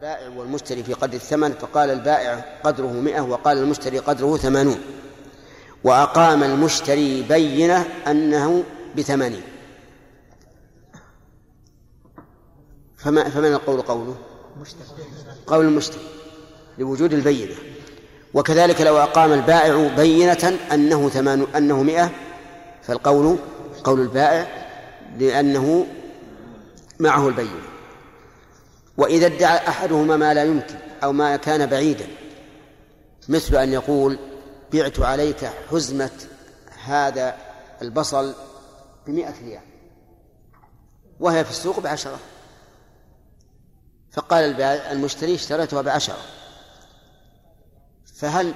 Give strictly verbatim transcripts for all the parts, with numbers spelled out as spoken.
البائع والمشتري في قدر الثمن، فقال البائع قدره مئة وقال المشتري قدره ثمانون، وأقام المشتري بينة أنه بثمانين، فما فمن القول قوله قول المشتري لوجود البينة. وكذلك لو أقام البائع بينة أنه ثمان أنه مئة، فالقول قول البائع لأنه معه البينة. وإذا ادعى أحدهما ما لا يمكن أو ما كان بعيدا، مثل أن يقول بعت عليك حزمة هذا البصل بمئة ريال وهي في السوق بعشرة، فقال البائع المشتري اشتريتها بعشرة، فهل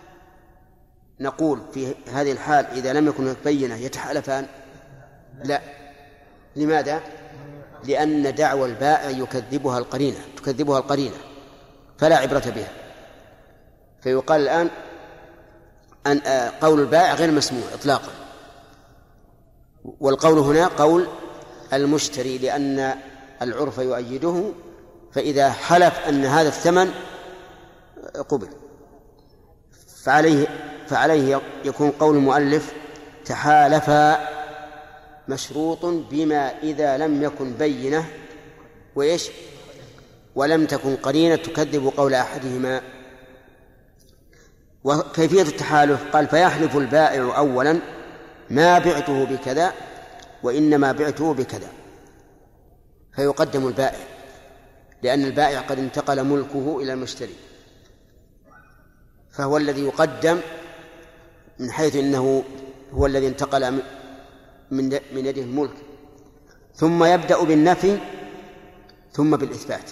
نقول في هذه الحال إذا لم يكن بينة يتحالفان؟ لا. لماذا؟ لأن دعوى البائع يكذبها القرينة تكذبها القرينة فلا عبرة بها. فيقال الآن أن قول البائع غير مسموع إطلاقا، والقول هنا قول المشتري لأن العرف يؤيده، فإذا حلف أن هذا الثمن قبل فعليه, فعليه يكون قول المؤلف تحالفا مشروط بما إذا لم يكن بينة وإيش ولم تكن قرينة تكذب قول أحدهما. وكيفية التحالف قال فيحلف البائع أولا ما بعته بكذا وإنما بعته بكذا، فيقدم البائع لأن البائع قد انتقل ملكه إلى المشتري، فهو الذي يقدم من حيث إنه هو الذي انتقل من من يده الملك، ثم يبدأ بالنفي ثم بالإثبات،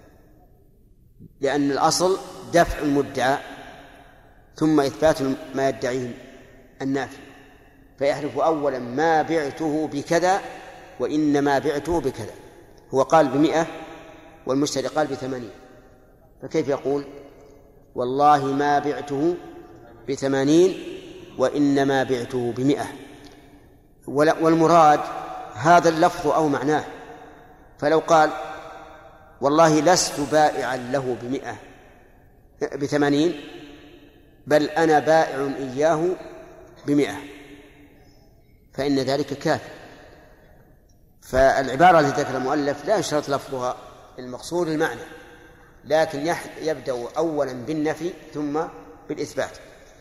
لأن الأصل دفع المدعى ثم إثبات ما يدعيه النافي. فيحلف أولا ما بعته بكذا وإنما بعته بكذا، هو قال بمئة والمشتري قال بثمانين، فكيف يقول والله ما بعته بثمانين وإنما بعته بمئة؟ والمراد هذا اللفظ أو معناه. فلو قال والله لست بائعا له بمئة بثمانين بل أنا بائع إياه بمئة، فإن ذلك كافٍ. فالعبارة التي ذكر المؤلف لا يشترط لفظها، المقصود المعنى، لكن يبدأ أولا بالنفي ثم بالإثبات.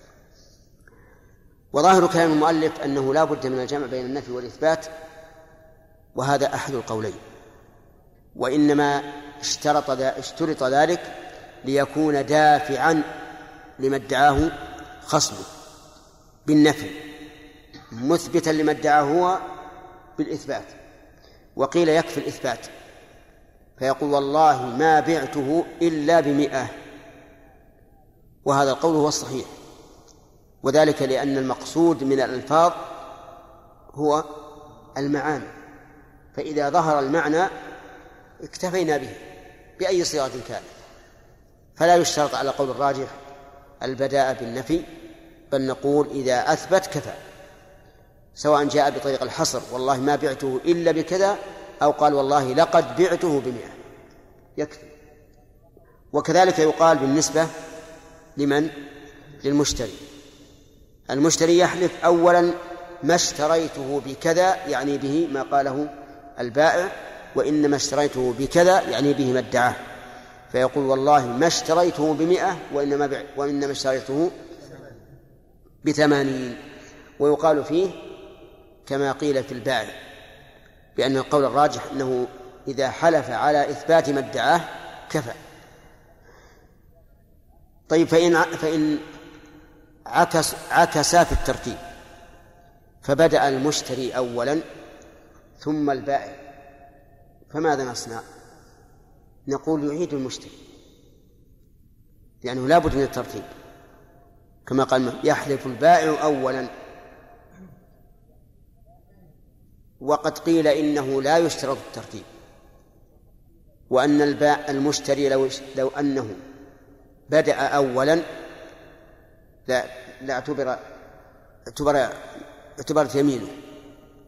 وظاهر كلام المؤلف أنه لا بد من الجمع بين النفي والإثبات، وهذا أحد القولين، وإنما اشترط اشترط ذلك ليكون دافعا لما ادعاه خصمه بالنفي مثبتا لما ادعاه هو بالإثبات. وقيل يكفي الإثبات فيقول والله ما بعته إلا بمئة، وهذا القول هو الصحيح، وذلك لأن المقصود من الألفاظ هو المعاني، فإذا ظهر المعنى اكتفينا به بأي صيغة كانت، فلا يشترط على قول الراجح البداء بالنفي، بل نقول إذا أثبت كفى، سواء جاء بطريق الحصر والله ما بعته إلا بكذا أو قال والله لقد بعته بمئة يكفي. وكذلك يقال بالنسبة لمن للمشتري، المشتري يحلف أولا ما اشتريته بكذا يعني به ما قاله البائع، وإنما اشتريته بكذا يعني به ما ادعاه، فيقول والله ما اشتريته بمئة وإنما, وإنما اشتريته بثمانين. ويقال فيه كما قيل في البائع بأن القول الراجح أنه إذا حلف على إثبات ما ادعاه كفى. طيب فإن, فإن عكس, عكس في الترتيب فبدأ المشتري أولا ثم البائع، فماذا نصنع؟ نقول يعيد المشتري، لأنه لا بد من الترتيب كما قال يحلف البائع أولا. وقد قيل إنه لا يشترط الترتيب، وأن البائع المشتري لو, لو أنه بدأ أولا لا, لا اعتبر اعتبر اعتبرت يمينه،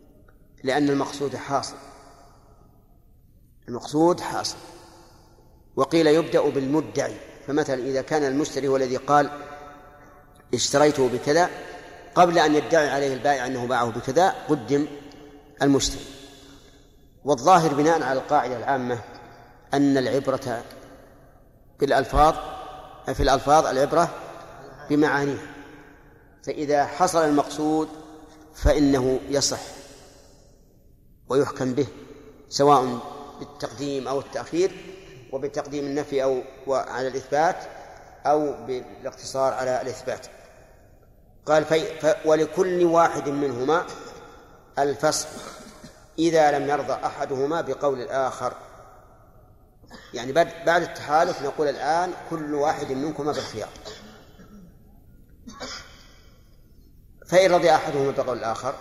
لأن المقصود حاصل، المقصود حاصل. وقيل يبدأ بالمدعي. فمثلا إذا كان المشتري هو الذي قال اشتريته بكذا، قبل أن يدعي عليه البائع أنه باعه بكذا قدم المشتري. والظاهر بناء على القاعدة العامة أن العبرة بالألفاظ في الألفاظ العبرة بمعانيها، فإذا حصل المقصود فإنه يصح ويحكم به، سواء بالتقديم أو التأخير، وبتقديم النفي أو على الإثبات أو بالاقتصار على الإثبات. قال في ولكل واحد منهما الفصل إذا لم يرضى أحدهما بقول الآخر. يعني بعد التحالف نقول الآن كل واحد منكما بالخيار، فإن رضي أحدهما بقول الآخر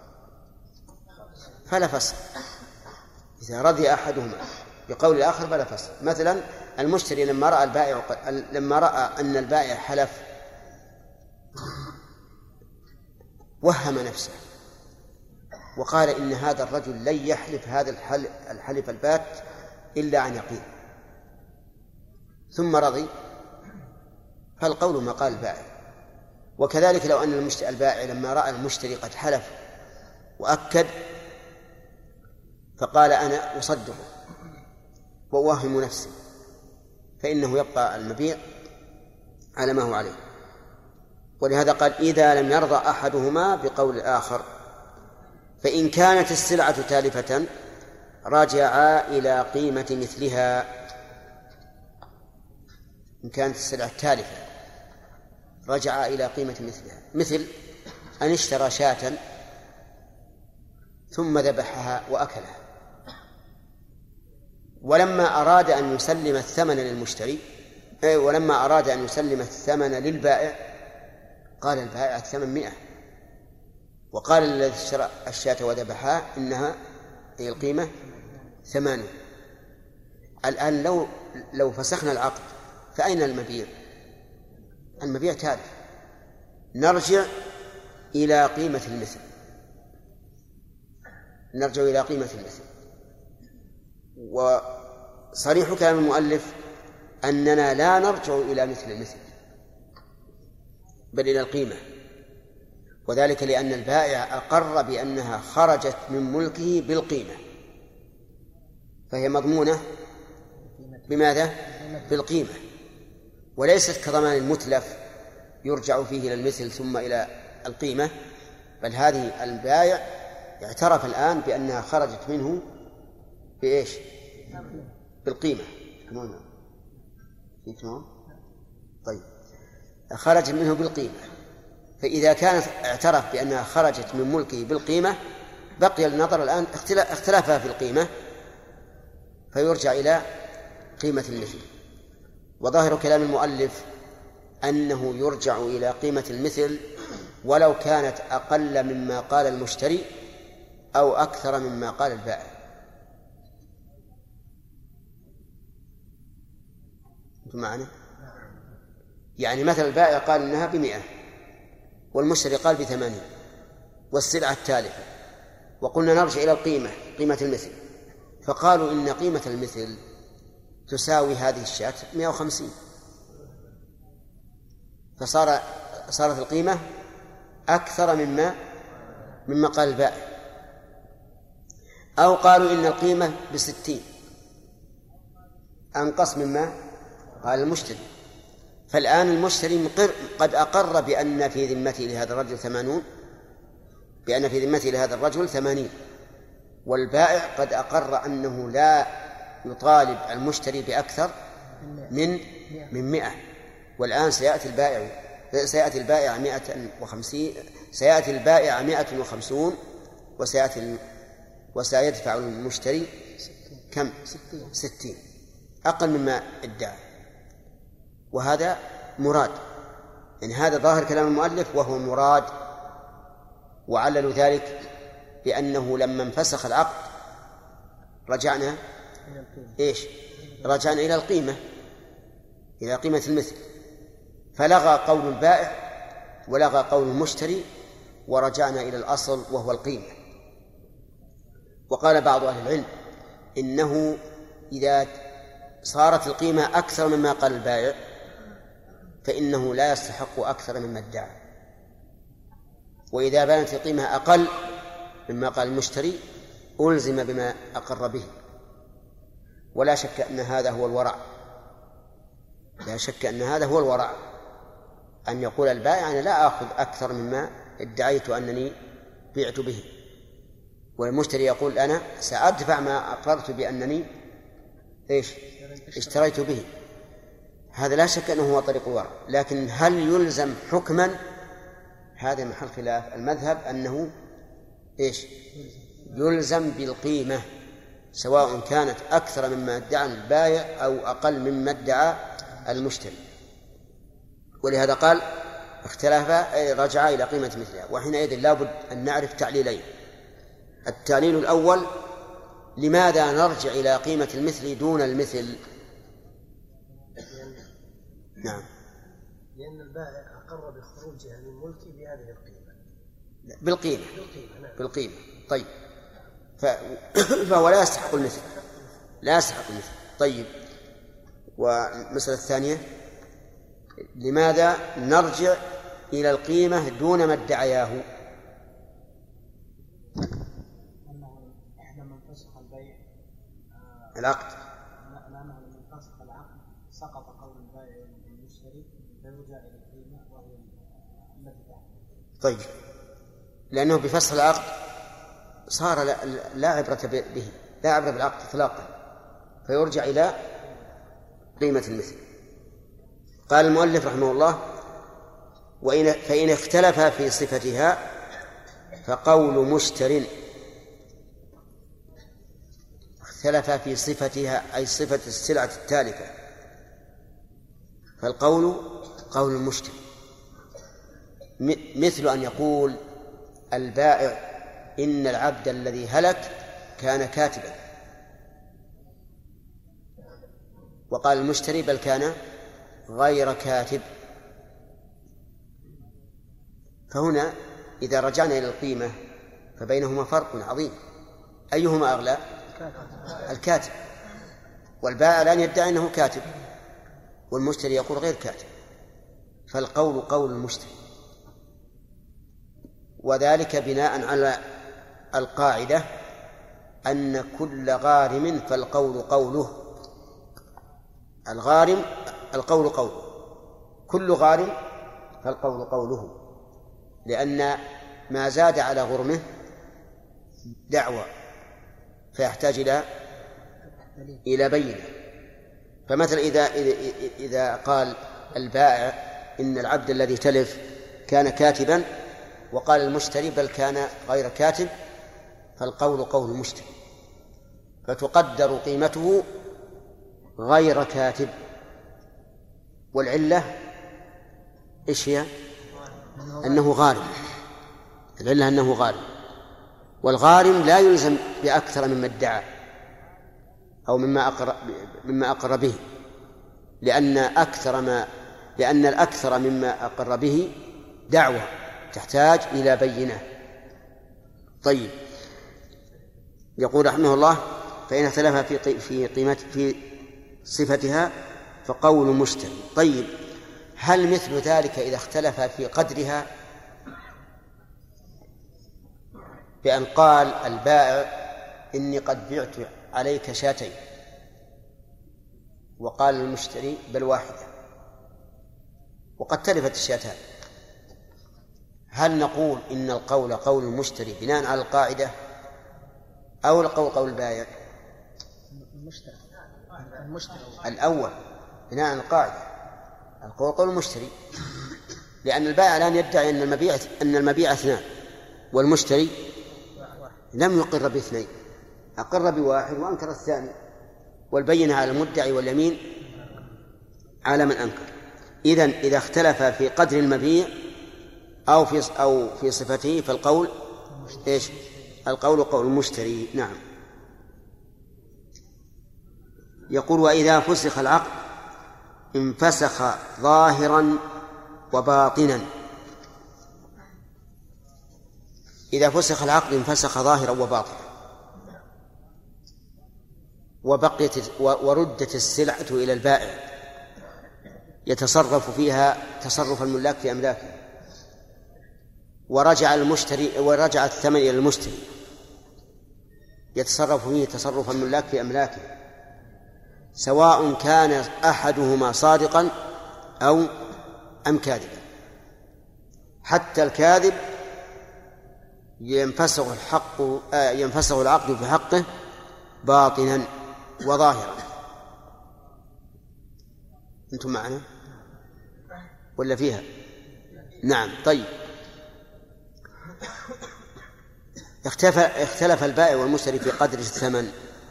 فلا فصل. إذا رضي أحدهما بقول الآخر فلا فصل. مثلا المشتري لما رأى البائع لما رأى أن البائع حلف وهم نفسه وقال إن هذا الرجل لن يحلف هذا الحلف البات إلا عن يقين، ثم رضي، فالقول ما قال البائع. وكذلك لو أن البائع لما رأى المشتري قد حلف وأكد فقال أنا أصدقه وأوهم نفسي، فإنه يبقى المبيع على ما هو عليه. ولهذا قال إذا لم يرضى أحدهما بقول الآخر. فإن كانت السلعة تالفة رجعا إلى قيمة مثلها. إن كانت السلعة تالفة رجعا إلى قيمة مثلها، مثل أن اشترى شاة ثم ذبحها وأكلها، ولما أراد أن يسلم الثمن للمشتري أي ولما أراد أن يسلم الثمن للبائع قال البائع الثمن مئة، وقال الذي اشترى الشاة وذبحها إنها هي القيمة ثمانية. الآن لو لو فسخنا العقد فأين المبيع؟ المبيع تالف، نرجع إلى قيمة المثل نرجع إلى قيمة المثل. وصريح كلام المؤلف أننا لا نرجع إلى مثل المثل بل إلى القيمة، وذلك لأن البائع أقر بأنها خرجت من ملكه بالقيمة، فهي مضمونة بماذا؟ بالقيمة، وليست كضمان المتلف يرجع فيه إلى المثل ثم إلى القيمة، بل هذه البائع اعترف الآن بأنها خرجت منه بإيش؟ بالقيمة. طيب خرج منه بالقيمة، فإذا كانت اعترف بأنها خرجت من ملكه بالقيمة بقي النظر الآن اختلافها في القيمة فيرجع إلى قيمة المثل. وظاهر كلام المؤلف أنه يرجع إلى قيمة المثل ولو كانت أقل مما قال المشتري أو أكثر مما قال البائع. أنتم معنا؟ يعني مثل البائع قال إنها بمئة والمشتري قال بثمانين والسلعة التالفة، وقلنا نرجع إلى القيمة قيمة المثل، فقالوا إن قيمة المثل تساوي هذه الشاة مئة وخمسين، فصار صارت القيمة أكثر مما مما قال البائع. أو قالوا إن القيمة بستين أنقص مما قال المشتري، فالآن المشتري مقر قد أقر بأن في ذمته لهذا الرجل ثمانون بأن في ذمته لهذا الرجل ثمانين، والبائع قد أقر أنه لا يطالب المشتري بأكثر من من مئة. والآن سيأتي البائع سيأتي البائع مئة وخمسين سيأتي البائع مئة وخمسون وسيأتي وسيدفع المشتري كم؟ ستين، أقل مما ادعى. وهذا مراد، يعني هذا ظاهر كلام المؤلف وهو مراد. وعللوا ذلك بأنه لما انفسخ العقد رجعنا إيش؟ رجعنا إلى القيمة إلى قيمة المثل، فلغى قول البائع ولغى قول المشتري ورجعنا إلى الأصل وهو القيمة. وقال بعض أهل العلم إنه إذا صارت القيمة أكثر مما قال البائع فإنه لا يستحق أكثر مما ادعى، وإذا بانت القيمة أقل مما قال المشتري ألزم بما أقر به. ولا شك أن هذا هو الورع، لا شك أن هذا هو الورع، أن يقول البائع أنا لا أخذ أكثر مما ادعيت أنني بعت به، والمشتري يقول أنا سأدفع ما أقررت بأنني إيش اشتريت به. هذا لا شك أنه هو طريق الورع. لكن هل يلزم حكما؟ هذا محل خلاف. المذهب أنه إيش يلزم بالقيمة، سواء كانت أكثر مما ادعى البائع أو أقل مما ادعى المشتري. ولهذا قال اختلاف رجع إلى قيمة مثلها. وحينئذ لابد أن نعرف تعليلين. التعليل الأول: لماذا نرجع إلى قيمة المثل دون المثل؟ نعم، لأن البائع أقر بخروجها من ملكه بهذه القيمة. بالقيمة بالقيمة, نعم. بالقيمة. طيب، فهو لا يستحق المثل، لا يستحق المثل. طيب، والمسألة الثانية: لماذا نرجع إلى القيمة دون ما ادعياه؟ لما انفسخ البيع العقد، لما انفسخ العقد سقط قول البائع المشتري فيرجع إلى القيمة وهي التي تحت. طيب، لأنه بفسخ العقد صار لا, لا عبرة به، لا عبرة بالعقد إطلاقا، فيرجع إلى قيمة المثل. قال المؤلف رحمه الله: وإن فإن اختلف في صفتها فقول مشتر، اختلف في صفتها أي صفة السلعة التالفة، فالقول قول المشتري، مثل أن يقول البائع إن العبد الذي هلك كان كاتبا، وقال المشتري بل كان غير كاتب. فهنا إذا رجعنا إلى القيمة فبينهما فرق عظيم. أيهما أغلى؟ الكاتب. والبائع الآن يدعي أنه كاتب والمشتري يقول غير كاتب، فالقول قول المشتري، وذلك بناء على القاعدة أن كل غارم فالقول قوله. الغارم القول قوله، كل غارم فالقول قوله، لأن ما زاد على غرمه دعوى فيحتاج إلى إلى بينة. فمثلا إذا إذا قال البائع إن العبد الذي تلف كان كاتبا وقال المشتري بل كان غير كاتب، فالقول قول المشتري، فتقدر قيمته غير كاتب. والعلة إيش هي؟ أنه غارم. العلة أنه غارم، والغارم لا يلزم بأكثر مما ادعى أو مما أقر مما أقر به، لأن أكثر ما لأن الأكثر مما أقر به دعوة تحتاج إلى بينة. طيب، يقول رحمه الله: فإن اختلف في في قيمة في صفتها فقول مشتري. طيب، هل مثل ذلك إذا اختلف في قدرها، بأن قال البائع إني قد بعت عليك شاتين وقال المشتري بل واحدة وقد تلفت الشاتان، هل نقول إن القول قول المشتري بناء على القاعدة أو القول قول البائع؟ المشتري المشتري الأول بناء على القاعدة، القول قول المشتري، لأن البائع الآن يدعي أن المبيع أن المبيع اثنان والمشتري لم يقر باثنين، أقر بواحد وأنكر الثاني، والبينة على المدعي واليمين على من أنكر. إذن إذا اختلف في قدر المبيع أو في أو في صفته فالقول إيش؟ القول قول المشتري. نعم. يقول: وإذا فسخ العقد انفسخ ظاهرا وباطنا. إذا فسخ العقد انفسخ ظاهرا وباطنا. وبقيت وردت السلعة إلى البائع يتصرف فيها تصرف الملاك في أملاكه، ورجع المشتري ورجع الثمن إلى المشتري يتصرف فيه تصرف الملاك في أملاكه، سواء كان أحدهما صادقا أو أم كاذبا. حتى الكاذب ينفسخ الحق ينفسخ العقد في حقه باطنا وظاهرا. أنتم معنا ولا فيها؟ نعم. طيب، اختلف اختلف البائع والمشتري في قدر الثمن،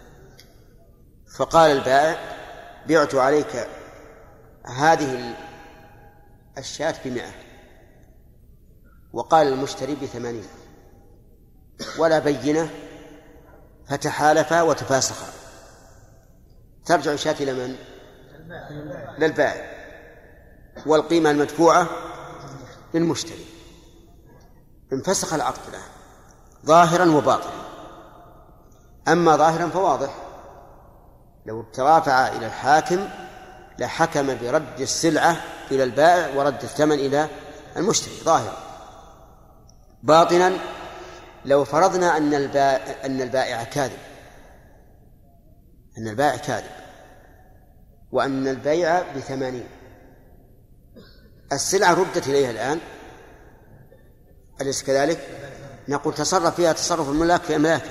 فقال البائع: بعت عليك هذه الشاة بمئة، وقال المشتري بثمانين، ولا بينة، فتحالفا وتفاسخا. ترجع الشاة إلى من؟ للبائع، والقيمة المدفوعة للمشتري. انفسخ العقد له ظاهرا وباطنا. أما ظاهرا فواضح، لو ترافع إلى الحاكم لحكم برد السلعة إلى البائع ورد الثمن إلى المشتري ظاهرا. باطنا، لو فرضنا أن البائع أن البائع كاذب أن البائع كاذب وأن البيع بثمانين، السلعة ردت إليها الآن، أليس كذلك؟ نقول تصرف فيها تصرف الملاك في أملاكه.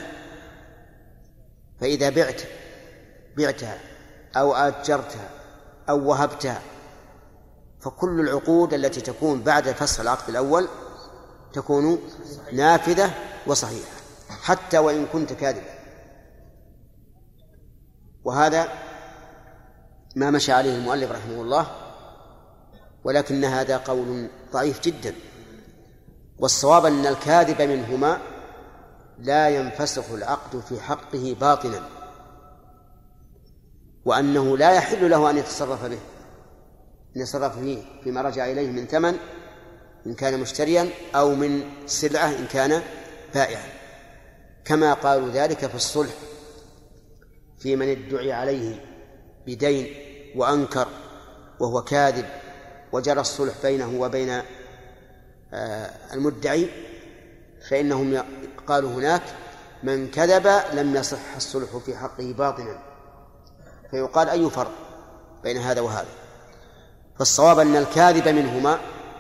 فإذا بعت بعتها أو أجرتها أو وهبتها، فكل العقود التي تكون بعد فسخ العقد الأول تكون نافذة وصحيحة، حتى وإن كنت كاذبا. وهذا ما مشى عليه المؤلف رحمه الله، ولكن هذا قول ضعيف جدا، والصواب أن الكاذب منهما لا ينفسخ العقد في حقه باطنا، وأنه لا يحل له أن يتصرف به، أن يتصرف فيه فيما رجع إليه من ثمن إن كان مشتريا أو من سلعة إن كان بائعا، كما قالوا ذلك في الصلح في من ادعي عليه بدين وأنكر وهو كاذب وجرى الصلح بينه وبين المدعي، فإنهم قالوا هناك من كذب لم يصح الصلح في حقه باطنا. فيقال أي فرق بين هذا وهذا؟ فالصواب أن الكاذب منهما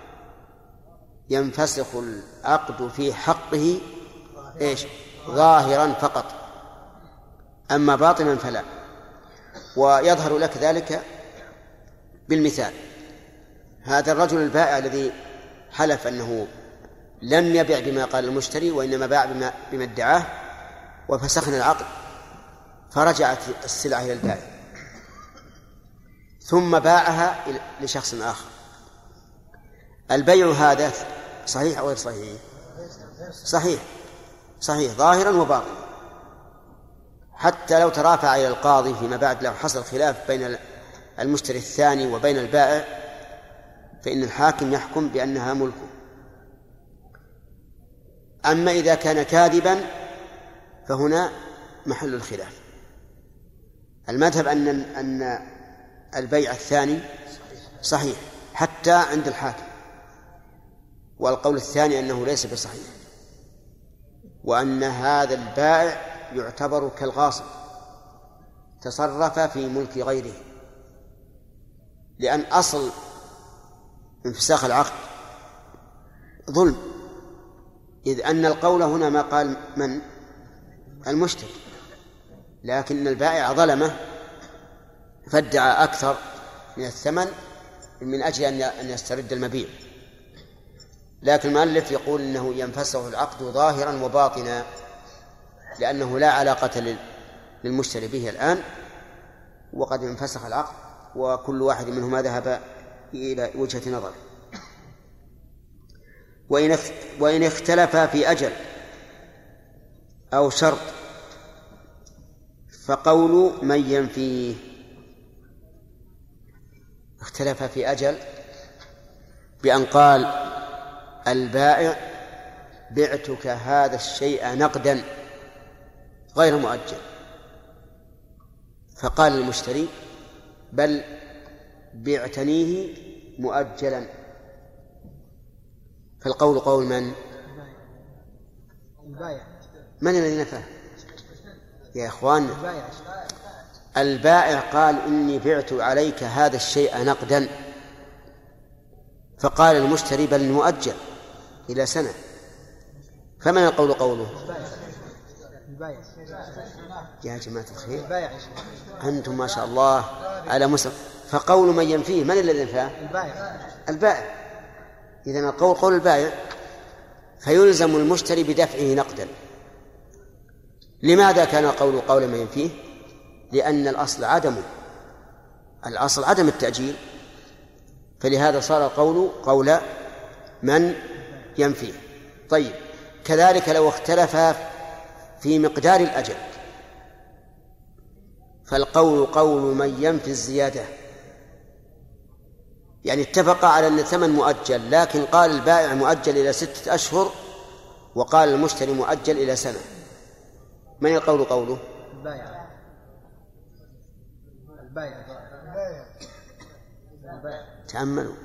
ينفسخ العقد في حقه إيش؟ ظاهرا فقط، أما باطنا فلا. ويظهر لك ذلك بالمثال: هذا الرجل البائع الذي حلف أنه لم يبع بما قال المشتري وإنما باع بما, بما ادعاه، وفسخنا العقد فرجعت السلعة إلى البائع ثم باعها لشخص آخر. البيع هذا صحيح أو غير صحيح؟ صحيح صحيح ظاهرا وباطنا، حتى لو ترافع إلى القاضي فيما بعد لو حصل خلاف بين المشتري الثاني وبين البائع، فإن الحاكم يحكم بأنها ملكه. أما إذا كان كاذبا فهنا محل الخلاف. المذهب أن أن البيع الثاني صحيح حتى عند الحاكم، والقول الثاني أنه ليس بصحيح، وأن هذا البائع يعتبر كالغاصب تصرف في ملك غيره، لأن أصل انفساخ العقد ظلم، إذ أن القول هنا ما قال من المشتري، لكن البائع ظلمه فادعى أكثر من الثمن من أجل أن يسترد المبيع. لكن المؤلف يقول إنه ينفسخ العقد ظاهرا وباطنا، لأنه لا علاقة للمشتري به الآن، وقد انفسخ العقد وكل واحد منهما ذهب إلى وجهة نظر. وإن اختلف في أجل أو شرط فقول من ينفيه. اختلف في أجل بأن قال البائع بعتك هذا الشيء نقدا غير مؤجل، فقال المشتري بل بعتنيه مؤجلا، فالقول قول من؟ البائع. من الذي نفاه يا إخوان؟ البائع قال إني بعت عليك هذا الشيء نقدا، فقال المشتري بل مؤجل إلى سنة، فمن القول قوله؟ البائع. يا جماعة الخير أنتم ما شاء الله على مسلم. فقول من ينفيه من الذي ينفاه؟ البائع. البائع. إذن القول قول البائع، فيلزم المشتري بدفعه نقدا. لماذا كان القول قول من ينفيه؟ لأن الأصل عدمه، الأصل عدم التأجيل، فلهذا صار القول قول من ينفيه. طيب، كذلك لو اختلف في مقدار الأجل فالقول قول من ينفي الزيادة، يعني اتفق على أن الثمن مؤجل، لكن قال البائع مؤجل إلى ستة أشهر وقال المشتري مؤجل إلى سنة، من القول قوله؟ البائع. البائع. تأملوا،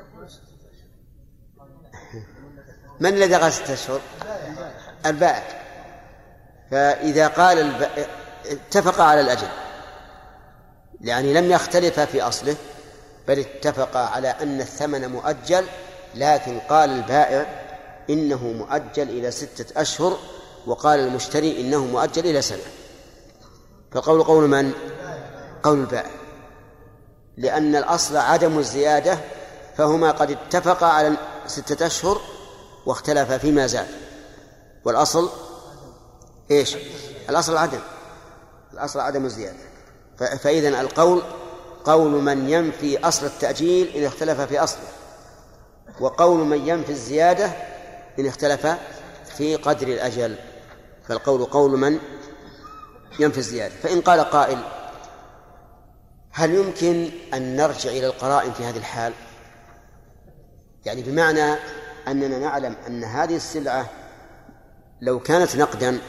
من الذي قال ستة أشهر؟ البائع. فإذا قال البائع اتفق على الأجل، يعني لم يختلف في أصله بل اتفق على أن الثمن مؤجل، لكن قال البائع إنه مؤجل إلى ستة أشهر وقال المشتري إنه مؤجل إلى سنة، فقول قول من؟ قول البائع، لأن الأصل عدم الزيادة، فهما قد اتفقا على ستة أشهر واختلفا فيما زاد، والأصل إيش؟ الأصل عدم، الأصل عدم الزيادة. فإذن القول قول من ينفي أصل التأجيل إن اختلف في أصله، وقول من ينفي الزيادة إن اختلف في قدر الأجل، فالقول قول من ينفي الزيادة. فإن قال قائل هل يمكن أن نرجع إلى القرائن في هذه الحال؟ يعني بمعنى أننا نعلم أن هذه السلعة لو كانت نقدا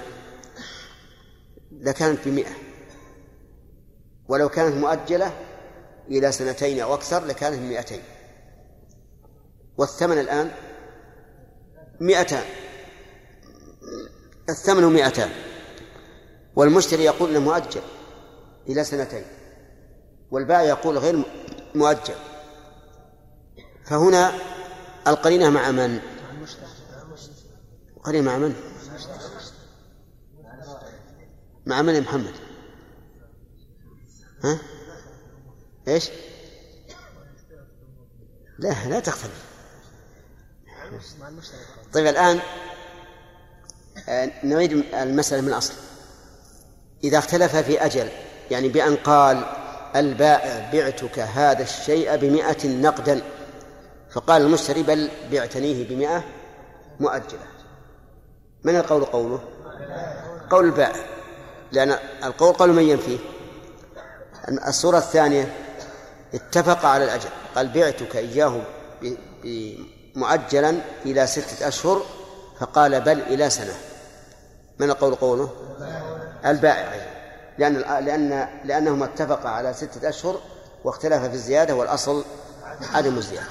لكانت بمئة، ولو كانت مؤجلة إلى سنتين أو أكثر لكانت بمئتين، والثمن الآن مئتان، الثمن مئتان، والمشتري يقول إنه مؤجل إلى سنتين، والبائع يقول غير مؤجل، فهنا القرينة مع من؟ القرينة مع من؟ مع من يا محمد؟ ها؟ إيش؟ لا لا تختلف. طيب الآن نعيد المسألة من الأصل. إذا اختلف في أجل، يعني بأن قال البائع بعتك هذا الشيء بمئة نقدا، فقال المشتري بل بعتنيه بمئة مؤجلة، من القول قوله؟ قول البائع، لأن القول قول من ينفيه. الصورة الثانية اتفق على الأجل، قال بعتك إياه مؤجلا إلى ستة أشهر فقال بل إلى سنة، من القول قوله؟ البائع، لأن لأن لأنهما اتفقا على ستة أشهر واختلف في الزيادة، والأصل عدم الزيادة.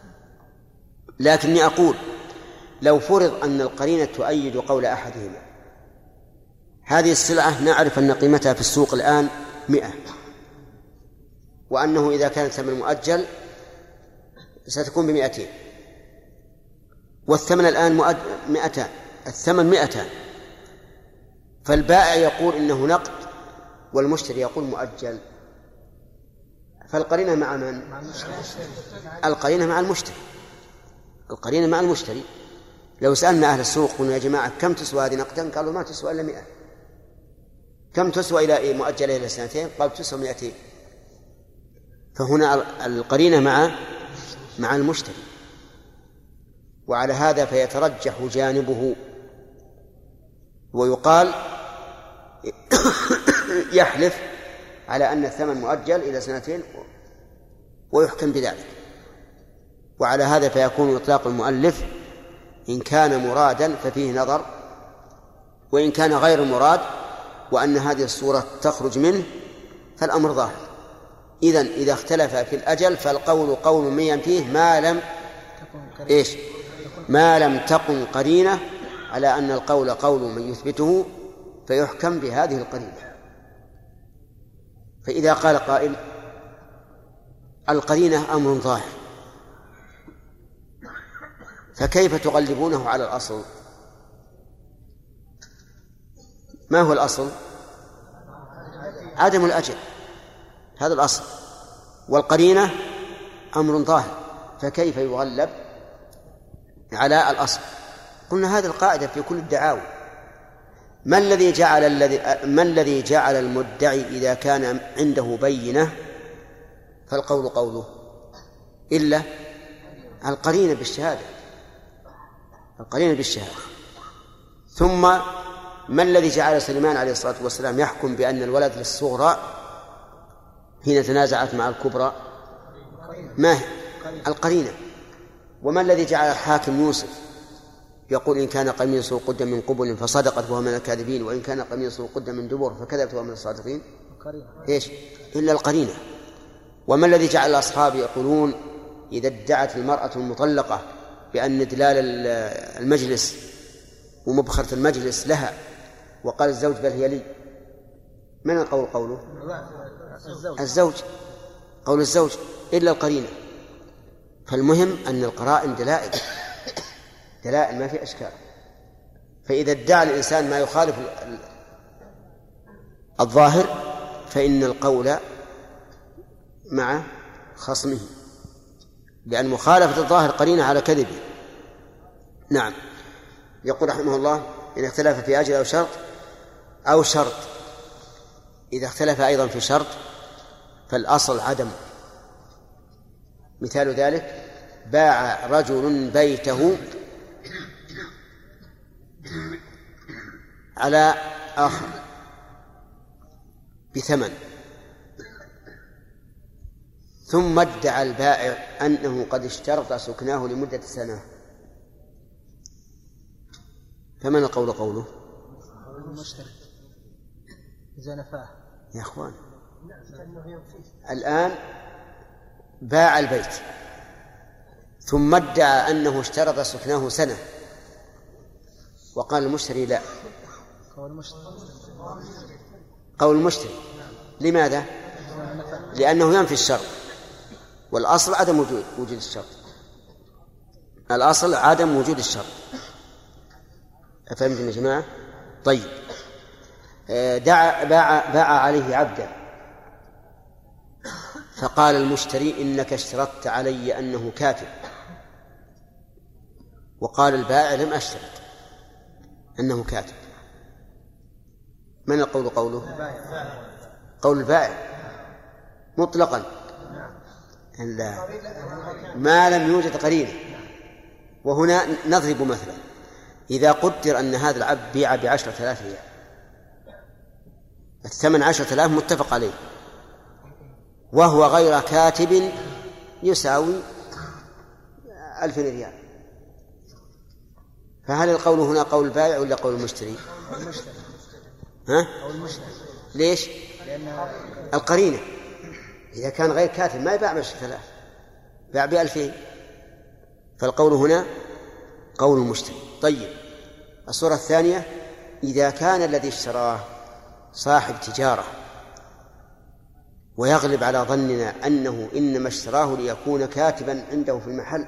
لكني أقول لو فرض أن القرينة تؤيد قول أحدهما، هذه السلعة نعرف أن قيمتها في السوق الآن مئة، وأنه إذا كان ثمن مؤجل ستكون بمئتين، والثمن الآن مئتان، الثمن مئتان، فالبائع يقول إنه نقد والمشتري يقول مؤجل، فالقرينة مع من؟ القرينة مع المشتري، القرينة مع المشتري. لو سألنا أهل السوق قلنا يا جماعة كم تسوى هذه نقدا؟ قالوا ما تسوى إلا مئة. كم تسوى إلى مؤجلة إلى سنتين؟ قالوا تسوى مئتين. فهنا القرينة مع مع المشتري، وعلى هذا فيترجح جانبه، ويقال يحلف على أن الثمن مؤجل إلى سنتين ويحكم بذلك. وعلى هذا فيكون إطلاق المؤلف إن كان مرادا ففيه نظر، وإن كان غير مراد وأن هذه الصورة تخرج منه فالأمر ظاهر. إذن إذا اختلف في الأجل فالقول قول من ينفيه ما لم إيش ما لم تقم قرينة على أن القول قول من يثبته فيحكم بهذه القرينة. فإذا قال قائل القرينة أمر ظاهر فكيف تغلبونه على الأصل؟ ما هو الأصل؟ عدم الأجل، هذا الأصل، والقرينة أمر ظاهر فكيف يغلب على الأصل؟ قلنا هذه القاعدة في كل الدعاوى. ما الذي جعل الذي ما الذي جعل المدعي إذا كان عنده بينة فالقول قوله إلا القرينة بالشهادة، القرينة بالشهادة. ثم ما الذي جعل سليمان عليه الصلاة والسلام يحكم بأن الولد للصغرى حين تنازعت مع الكبرى؟ ما هي؟ القرينة. وما الذي جعل الحاكم يوسف يقول إن كان قميصه قد من قبل فصدقت وهو من الكاذبين وإن كان قميصه قد من دبر فكذبت وهو من الصادقين؟ إيش؟ إلا القرينة. وما الذي جعل الأصحاب يقولون إذا ادعت المرأة المطلقة بأن إدلال المجلس ومبخرة المجلس لها وقال الزوج بل هي لي، من القول قوله؟ الزوج، قول الزوج إلا القرينة. فالمهم أن القرائن دلائل دلائل ما في أشكال. فإذا ادعى الإنسان ما يخالف الظاهر فإن القول مع خصمه، لأن مخالفة الظاهر قرينة على كذبه. نعم. يقول رحمه الله إن اختلف في أجل أو شرط أو شرط، إذا اختلف أيضا في شرط فالأصل عدم. مثال ذلك باع رجل بيته على آخر بثمن ثم ادعى البائع أنه قد اشترط سكناه لمدة سنة، فمن القول قوله؟ المشتري إذا نفاه. يا أخوان الآن باع البيت ثم ادعى أنه اشترط سكناه سنة وقال المشتري لا. قول المشتري قول المشتري لماذا؟ لأنه ينفي الشرط، والأصل عدم وجود وجود الشرط، الأصل عدم وجود الشرط. أفهمتم يا جماعة؟ طيب. دعا باع باع عليه عبدا فقال المشتري إنك اشترطت علي أنه كاتب، وقال البائع لم أشترط أنه كاتب. من القول قوله؟ قول البائع مطلقا لا، ما لم يوجد قرينة. وهنا نضرب مثلا، إذا قدر أن هذا العبد بيع بعشرة آلاف ريال، الثمن عشرة آلاف متفق عليه، وهو غير كاتب يساوي ألف ريال، فهل القول هنا قول البائع ولا قول المشتري؟ ها؟ ليش؟ لأن القرينة إذا كان غير كاتب ما يباع بعشرة آلاف، باع بألفين، فالقول هنا قول المشتري. طيب. الصورة الثانية إذا كان الذي اشتراه صاحب تجارة ويغلب على ظننا أنه إنما اشتراه ليكون كاتبا عنده في المحل،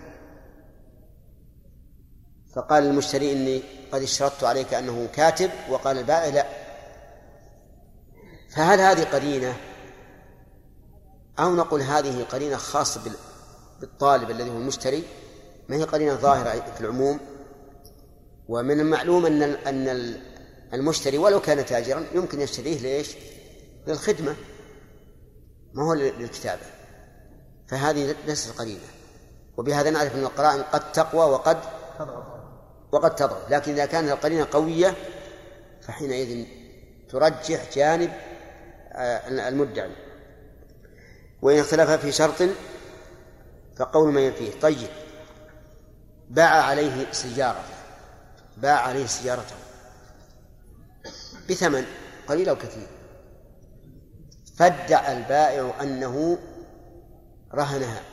فقال المشتري إني قد اشترطت عليك أنه كاتب، وقال البائع لا، فهل هذه قرينة أو نقول هذه قرينة خاصة بالطالب الذي هو المشتري، ما هي قرينة ظاهرة في العموم؟ ومن المعلوم أن أن المشتري ولو كان تاجرا يمكن يشتريه ليش؟ للخدمة، ما هو للكتابة، فهذه ليست قرينة. وبهذا نعرف أن القرائن قد تقوى وقد وقد تضعف، لكن إذا كانت القرينة قوية فحينئذ ترجح جانب المدعي. وإن اختلف في شرط فقول ما ينفيه. طيب. باع عليه سيارة باع عليه سيارته بثمن قليل أو كثير، فادعى البائع أنه رهنها،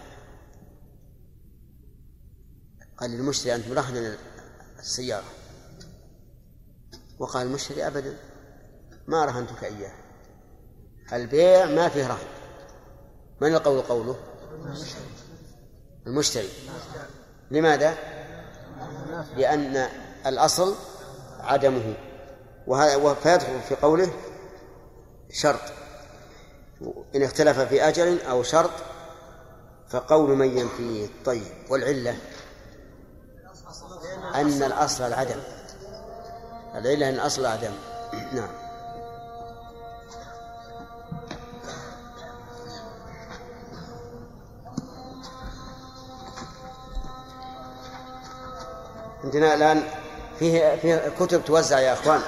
قال للمشتري أنت مرهن السيارة، وقال المشتري أبدا ما رهنتك إياه. البيع ما فيه رهن. من القول قوله؟ المشتري. لماذا؟ لأن الأصل عدمه، وهذا فيدخل في قوله شرط إن اختلف في أجل أو شرط فقول من ينفيه. طيب، والعلة أن الأصل العدم، العلة أن الأصل عدم. نعم. عندنا الآن فيه, فيه كتب توزع يا أخوان.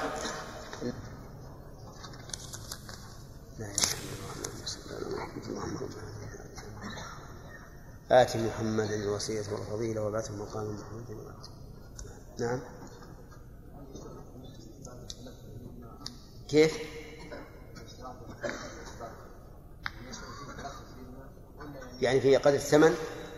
آت محمد الوصية والفضيلة وبعثه مقام محمود. نعم. كيف؟ يعني في قدر الثمن.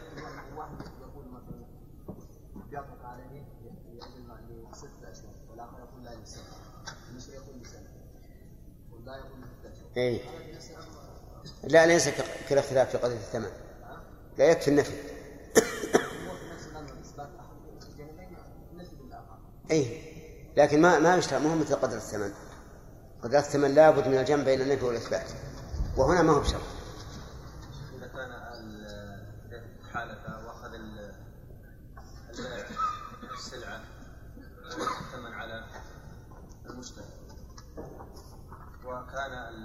إيه؟ لا، ليس كالاختلاف في قدر الثمن، لا يكفي النفي. أي، لكن ما ما يشترط، مو مثل قدر الثمن. قدر الثمن لا بد من الجمع بين النفي والإثبات، وهنا ما هو بشرط. إذا كان الحالة وأخذ البائع السلعة الثمن على المشتري، وكان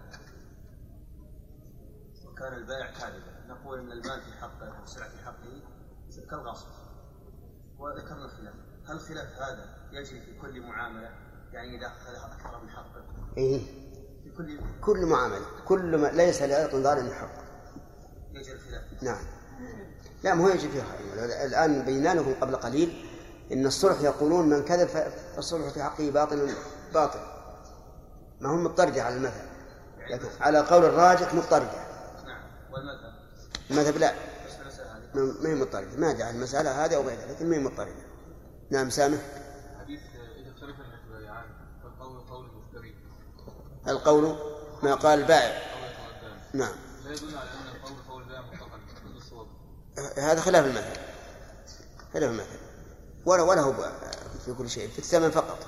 وكان البائع كاذبا، نقول ان المال في حقه والسلعة في حقه كالغاصب، وذكرنا الخلاف. هل الخلاف هذا يجري في كل معاملة؟ يعني إذا أخذ أكثر من حقه؟ إيه، في كل كل معاملة، كل ما ليس لعرض ظالم حق يجري الخلاف. نعم. لا، ما هو يجري فيها. الآن بينا لكم قبل قليل إن الصلح يقولون من كذب فالصلح في حقه باطل باطل، ما هم مضطردة على المذهب، لكن على قول الراجح مضطردة. نعم. والمذهب المذهب لا، ما هي مضطردة، ما جعل المسألة هذه أو غيرها، لكن ما هي مضطردة. نعم. سامح. حديث إذا اختلف المتبايعان فالقول قول المشتري، القول ما قال البائع. نعم. لا يدل على أن القول قول البائع مطلقا بالصواب. هذا خلاف المذهب، خلاف المذهب، ولا ولا هو في كل شيء، في الثمن فقط،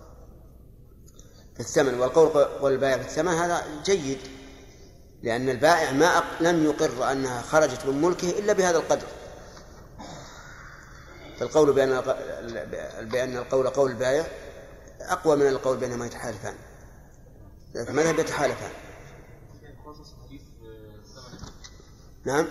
في الثمن. والقول والبائع في الثمن هذا جيد، لأن البائع ما أق... لم يقر أنها خرجت من ملكه إلا بهذا القدر. فالقول بأن بأن القول قول البائع أقوى من القول بأنهما يتحالفان، لكن ماذا يتحالفان؟ نعم.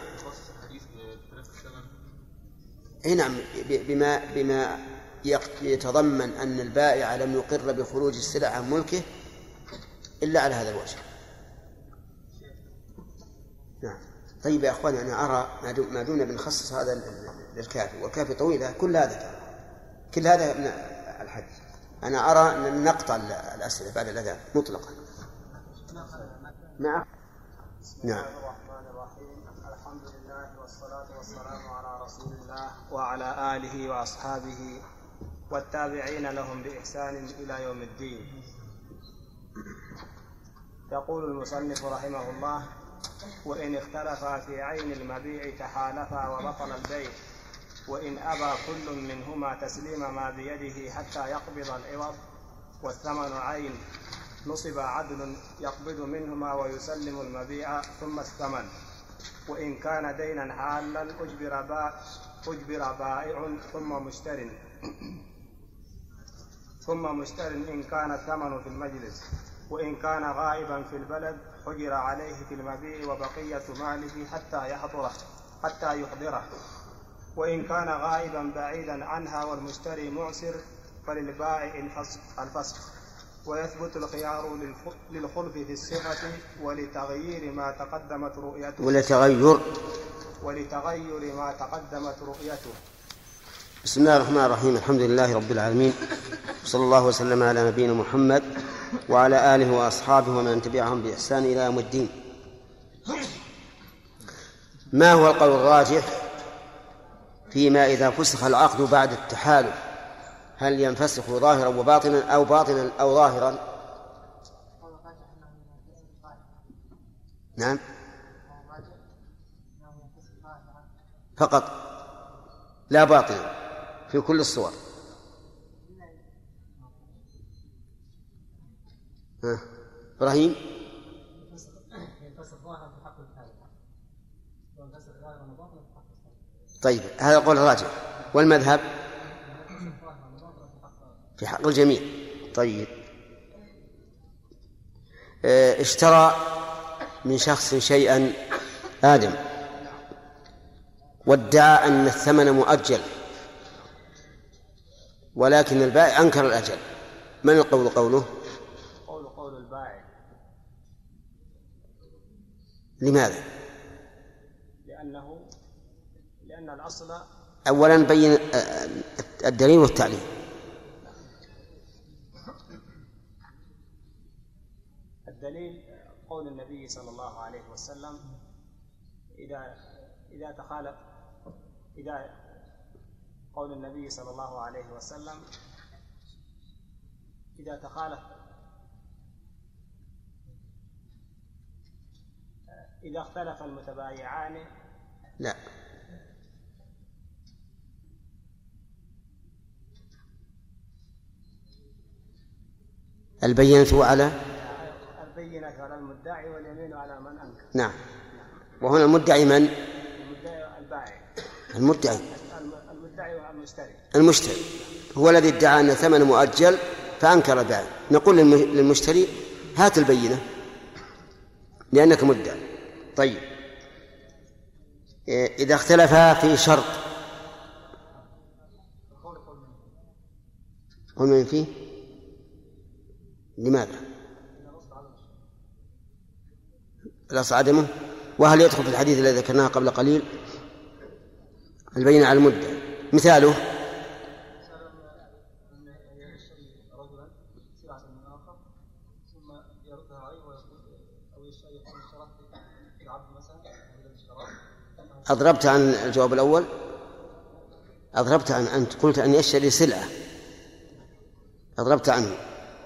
اي نعم، بما بما يتضمن أن البائع لم يقر بخروج السلع عن ملكه إلا على هذا الوجه. نعم. طيب يا أخواني، أنا أرى ما دون بنخصص هذا للكافي، والكافي طويلة، كل هذا كل هذا من الحديث. أنا أرى أن نقطع الأسئلة بعد الأذان مطلقا. نعم. نعم. الحمد لله والصلاة والسلام على رسول الله وعلى آله وأصحابه والتابعين لهم بإحسان إلى يوم الدين. يقول المصنف رحمه الله: وإن اختلفا في عين المبيع تحالفا وبطل البيع، وإن أبى كل منهما تسليم ما بيده حتى يقبض العوض والثمن عين، نصب عدل يقبض منهما ويسلم المبيع ثم الثمن. وإن كان دينا حالا أجبر بائع, أجبر بائع ثم مشتر ثم مشتر إن كان الثمن في المجلس. وإن كان غائبا في البلد حجر عليه في المبيع وبقية ماله حتى يحضره حتى يحضره. وإن كان غائبا بعيدا عنها والمشتري معسر فللبائع الفسخ، ويثبت الخيار للخلف في الصفة ولتغيير ما تقدمت رؤيته ولتغير ولتغير ما تقدمت رؤيته. بسم الله الرحمن الرحيم. الحمد لله رب العالمين، صلى الله وسلم على نبينا محمد وعلى آله وأصحابه ومن تبعهم بإحسان إلى يوم الدين. ما هو القول الراجح فيما إذا فسخ العقد بعد التحالف؟ هل ينفسخ ظاهرا وباطنا أو باطنا أو ظاهرا؟ نعم فقط لا باطنا في كل الصور. ها إبراهيم؟ طيب هذا قول الراجح. والمذهب في حق الجميع. طيب اشترى من شخص شيئا آدم وادعى أن الثمن مؤجل ولكن البائع أنكر الأجل، من القول قوله؟ قول قول البائع. لماذا؟ لأنه لأن الأصل أولا بين الدليل والتعليل. الدليل قول النبي صلى الله عليه وسلم إذا إذا تخالف إذا قول النبي صلى الله عليه وسلم إذا تخالف إذا اختلف المتبايعان. لا البينة على البينة على المدعي واليمين على من أنكر. نعم. وهنا المدعي من؟ المدعي البائع. المدعي المدعي والمشتري. المشتري هو الذي ادعى أن ثمن مؤجل فأنكر البائع. نقول للمشتري هات البينة لأنك مدعي. طيب إذا اختلفا في شرط قل من فيه لماذا؟ الأصل عدمه. وهل يدخل في الحديث الذي ذكرناه قبل قليل البينة على المدعي؟ مثاله أضربت عن الجواب الأول. أضربت عن أنت قلت أن يشتري سلعة أضربت عنه.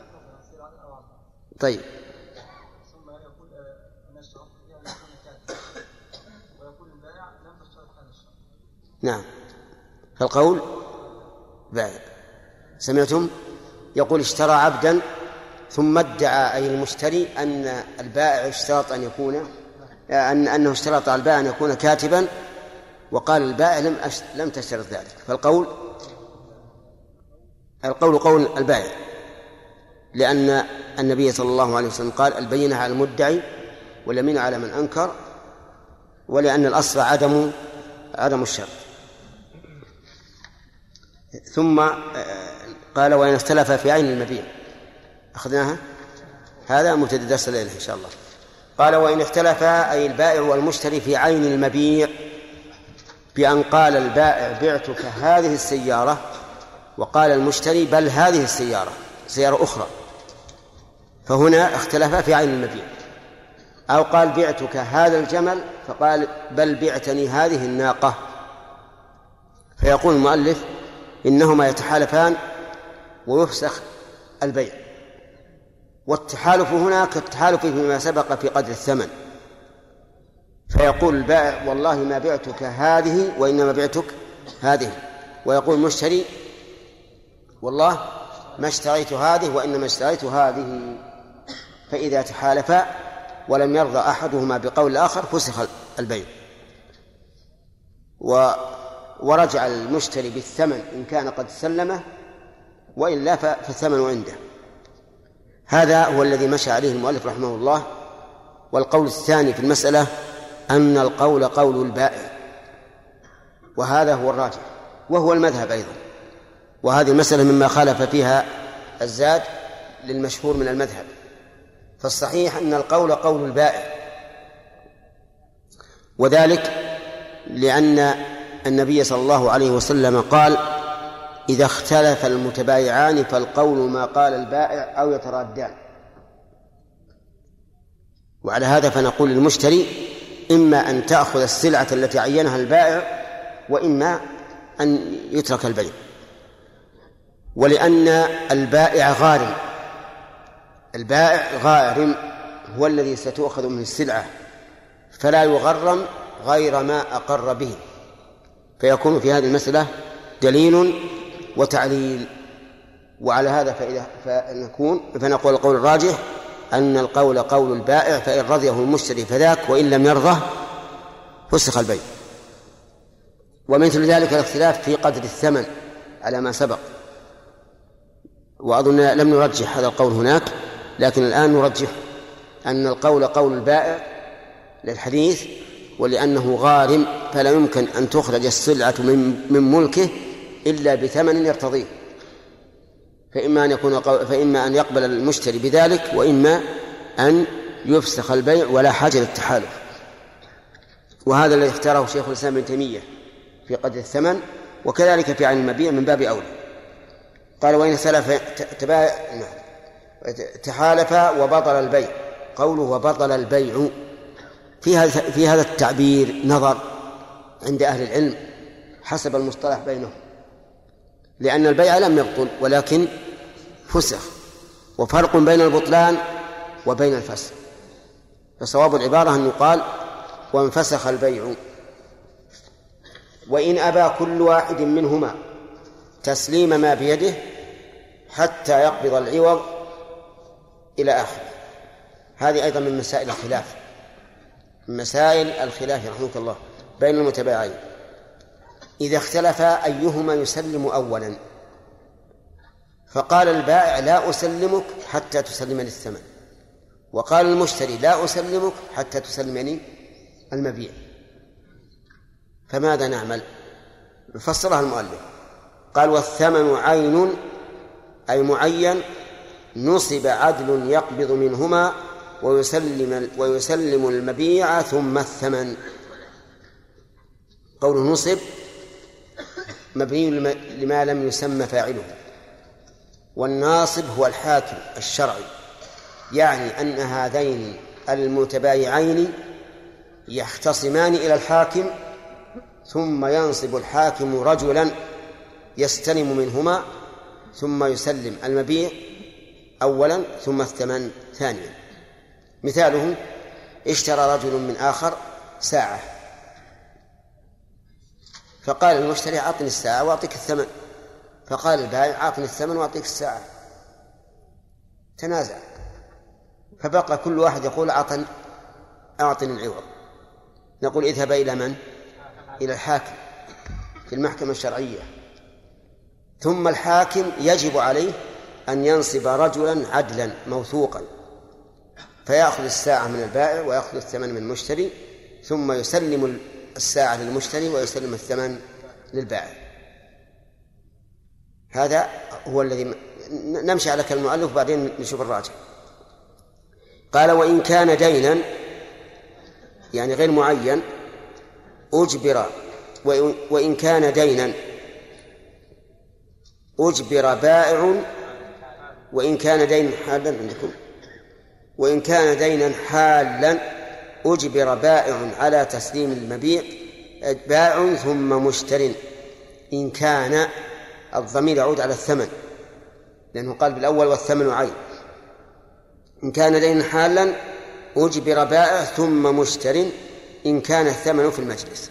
طيب ثم يقول أن الشرط فيها أن يكون كاتبا ويقول البائع لم تشترط هذا الشرط. نعم فالقول بائع. سمعتم؟ يقول اشترى عبدا ثم ادعى أي المشتري أن البائع اشترط أن يكون أن أنه اشترط على البائع أن يكون كاتبا وقال البائع لم أشت... لم تشترط ذلك. فالقول القول قول البائع لأن النبي صلى الله عليه وسلم قال البينة على المدعي واليمين على من أنكر، ولأن الأصل عدم عدم الشرط. ثم قال وإن اختلف في عين المبيع. أخذناها هذا مبتدأ درس الليلة إن شاء الله. قال وإن اختلف أي البائع والمشتري في عين المبيع بأن قال البائع بعتك هذه السيارة وقال المشتري بل هذه السيارة سيارة أخرى، فهنا اختلف في عين المبيع. أو قال بعتك هذا الجمل فقال بل بعتني هذه الناقة، فيقول المؤلف إنهما يتحالفان ويفسخ البيع. والتحالف هنا كالتحالف فيما سبق في قدر الثمن، فيقول البائع والله ما بعتك هذه وإنما بعتك هذه، ويقول المشتري والله ما اشتريت هذه وإنما اشتريت هذه. فإذا تحالفا ولم يرضى أحدهما بقول الآخر فسخ البيع ورجع المشتري بالثمن إن كان قد سلمه، وإلا فالثمن عنده. هذا هو الذي مشى عليه المؤلف رحمه الله. والقول الثاني في المسألة أن القول قول البائع، وهذا هو الراجح وهو المذهب أيضا. وهذه المسألة مما خالف فيها الزاد للمشهور من المذهب. فالصحيح أن القول قول البائع، وذلك لأن النبي صلى الله عليه وسلم قال إذا اختلف المتبايعان فالقول ما قال البائع أو يترادان. وعلى هذا فنقول للمشتري إما أن تأخذ السلعة التي عينها البائع وإما أن يترك البيع. ولأن البائع غارم، البائع غارم هو الذي ستؤخذ من السلعة، فلا يغرم غير ما أقر به، فيكون في هذه المسألة دليل وتعليل. وعلى هذا فإذا فنكون فنقول القول الراجح أن القول قول البائع، فإن رضيه المشتري فذاك، وإن لم يرضه فسخ البيع. ومثل ذلك الاختلاف في قدر الثمن على ما سبق، وأظن لم نرجح هذا القول هناك، لكن الآن نرجح أن القول قول البائع للحديث، ولأنه غارم فلا يمكن أن تخرج السلعة من ملكه إلا بثمن يرتضيه، فإما أن يكون قول فإما أن يقبل المشتري بذلك، وإما أن يفسخ البيع ولا حاجة للتحالف. وهذا الذي اختاره شيخ الإسلام ابن تيمية في قدر الثمن، وكذلك في عين المبيع من باب أولى. قال وإن سلف تحالف وبطل البيع، قوله وبطل البيع في هذا في هذا التعبير نظر عند أهل العلم حسب المصطلح بينهم، لأن البيع لم يبطل ولكن فسخ، وفرق بين البطلان وبين الفسخ. فصواب العبارة أن يقال وانفسخ البيع. وإن أبى كل واحد منهما تسليم ما بيده حتى يقبض العوض إلى آخره. هذه أيضا من مسائل الخلاف، من مسائل الخلاف رحمك الله بين المتبايعين، إذا اختلفا أيهما يسلم أولا، فقال البائع لا أسلمك حتى تسلمني الثمن، وقال المشتري لا أسلمك حتى تسلمني المبيع، فماذا نعمل؟ فسرها المؤلف قال والثمن عين أي معين نصب عدل يقبض منهما ويسلم, ويسلم المبيع ثم الثمن. قوله نصب مبني لما لم يسمى فاعله، والناصب هو الحاكم الشرعي، يعني أن هذين المتبايعين يختصمان إلى الحاكم، ثم ينصب الحاكم رجلا يستلم منهما ثم يسلم المبيع أولا ثم الثمن ثانيا. مثاله اشترى رجل من آخر ساعة، فقال المشتري أعطني الساعة وأعطيك الثمن، فقال البائع أعطني الثمن وأعطيك الساعة، تنازع، فبقى كل واحد يقول أعطني أعطني العوض. نقول اذهب إلى من؟ إلى الحاكم في المحكمة الشرعية، ثم الحاكم يجب عليه أن ينصب رجلا عدلا موثوقا فيأخذ الساعة من البائع ويأخذ الثمن من المشتري، ثم يسلم الساعة للمشتري ويسلم الثمن للبائع. هذا هو الذي نمشي على كلام المؤلف وبعدين نشوف الراجع. قال وإن كان دينا يعني غير معين أجبر، وإن كان دينا أجبر بائع، وإن كان دينا حالا عندكم وإن كان دينا حالا أجبر بائع على تسليم المبيع بائع ثم مشتر، إن كان الضمير يعود على الثمن لأنه قال بالأول والثمن عين. إن كان دينا حالا أجبر بائع ثم مشتر إن كان الثمن في المجلس.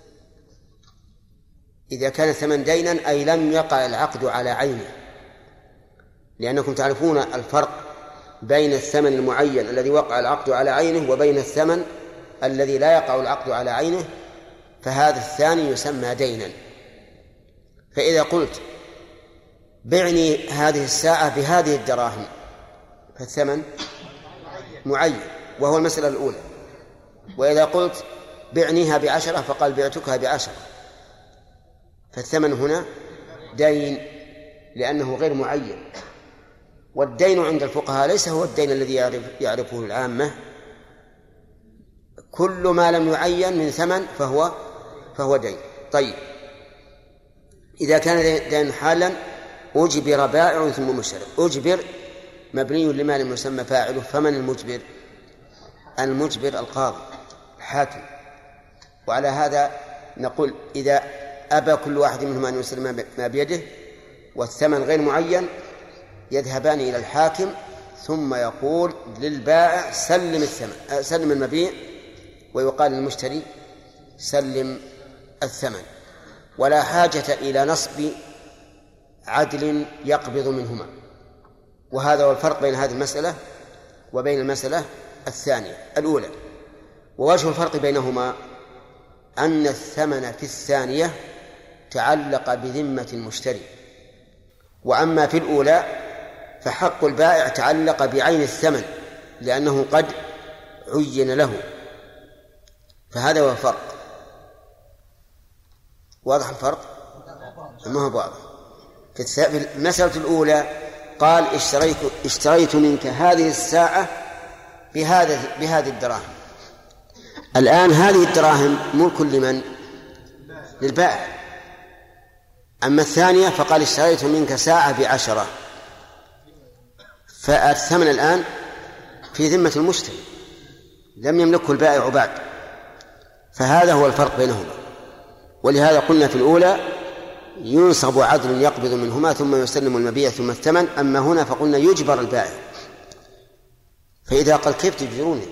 إذا كان الثمن دينا أي لم يقع العقد على عينه، لأنكم تعرفون الفرق بين الثمن المعين الذي وقع العقد على عينه وبين الثمن الذي لا يقع العقد على عينه، فهذا الثاني يسمى دينا. فإذا قلت بعني هذه الساعة بهذه الدراهم فالثمن معين وهو المسألة الأولى، وإذا قلت بعنيها بعشرة فقال بعتكها بعشرة فالثمن هنا دين لأنه غير معين. والدين عند الفقهاء ليس هو الدين الذي يعرف يعرفه العامة، كل ما لم يعين من ثمن فهو فهو دين. طيب إذا كان دين حالا أجبر بائع ثم مشتري. أجبر مبني لما لم يسمى فاعله، فمن المجبر؟ المجبر القاضي حاكم. وعلى هذا نقول إذا أبى كل واحد منهم أن يسلم ما بيده والثمن غير معين يذهبان إلى الحاكم ثم يقول للبائع سلم الثمن سلم المبيع، ويقال للمشتري سلم الثمن، ولا حاجة إلى نصب عدل يقبض منهما. وهذا هو الفرق بين هذه المسألة وبين المسألة الثانية الأولى. ووجه الفرق بينهما أن الثمن في الثانية تعلق بذمة المشتري، وأما في الأولى فحق البائع تعلق بعين الثمن لأنه قد عين له. فهذا هو الفرق. واضح الفرق؟ ما هو واضح. في المسألة الأولى قال اشتريت, اشتريت منك هذه الساعة بهذا بهذه الدراهم. الآن هذه الدراهم ملك لمن؟ للبائع. أما الثانية فقال اشتريت منك ساعة بعشرة، فالثمن الآن في ذمة المشتري لم يملكه البائع بعد. فهذا هو الفرق بينهما. ولهذا قلنا في الأولى ينصب عدل يقبض منهما ثم يسلم المبيع ثم الثمن. أما هنا فقلنا يجبر البائع. فإذا قال كيف تجبروني؟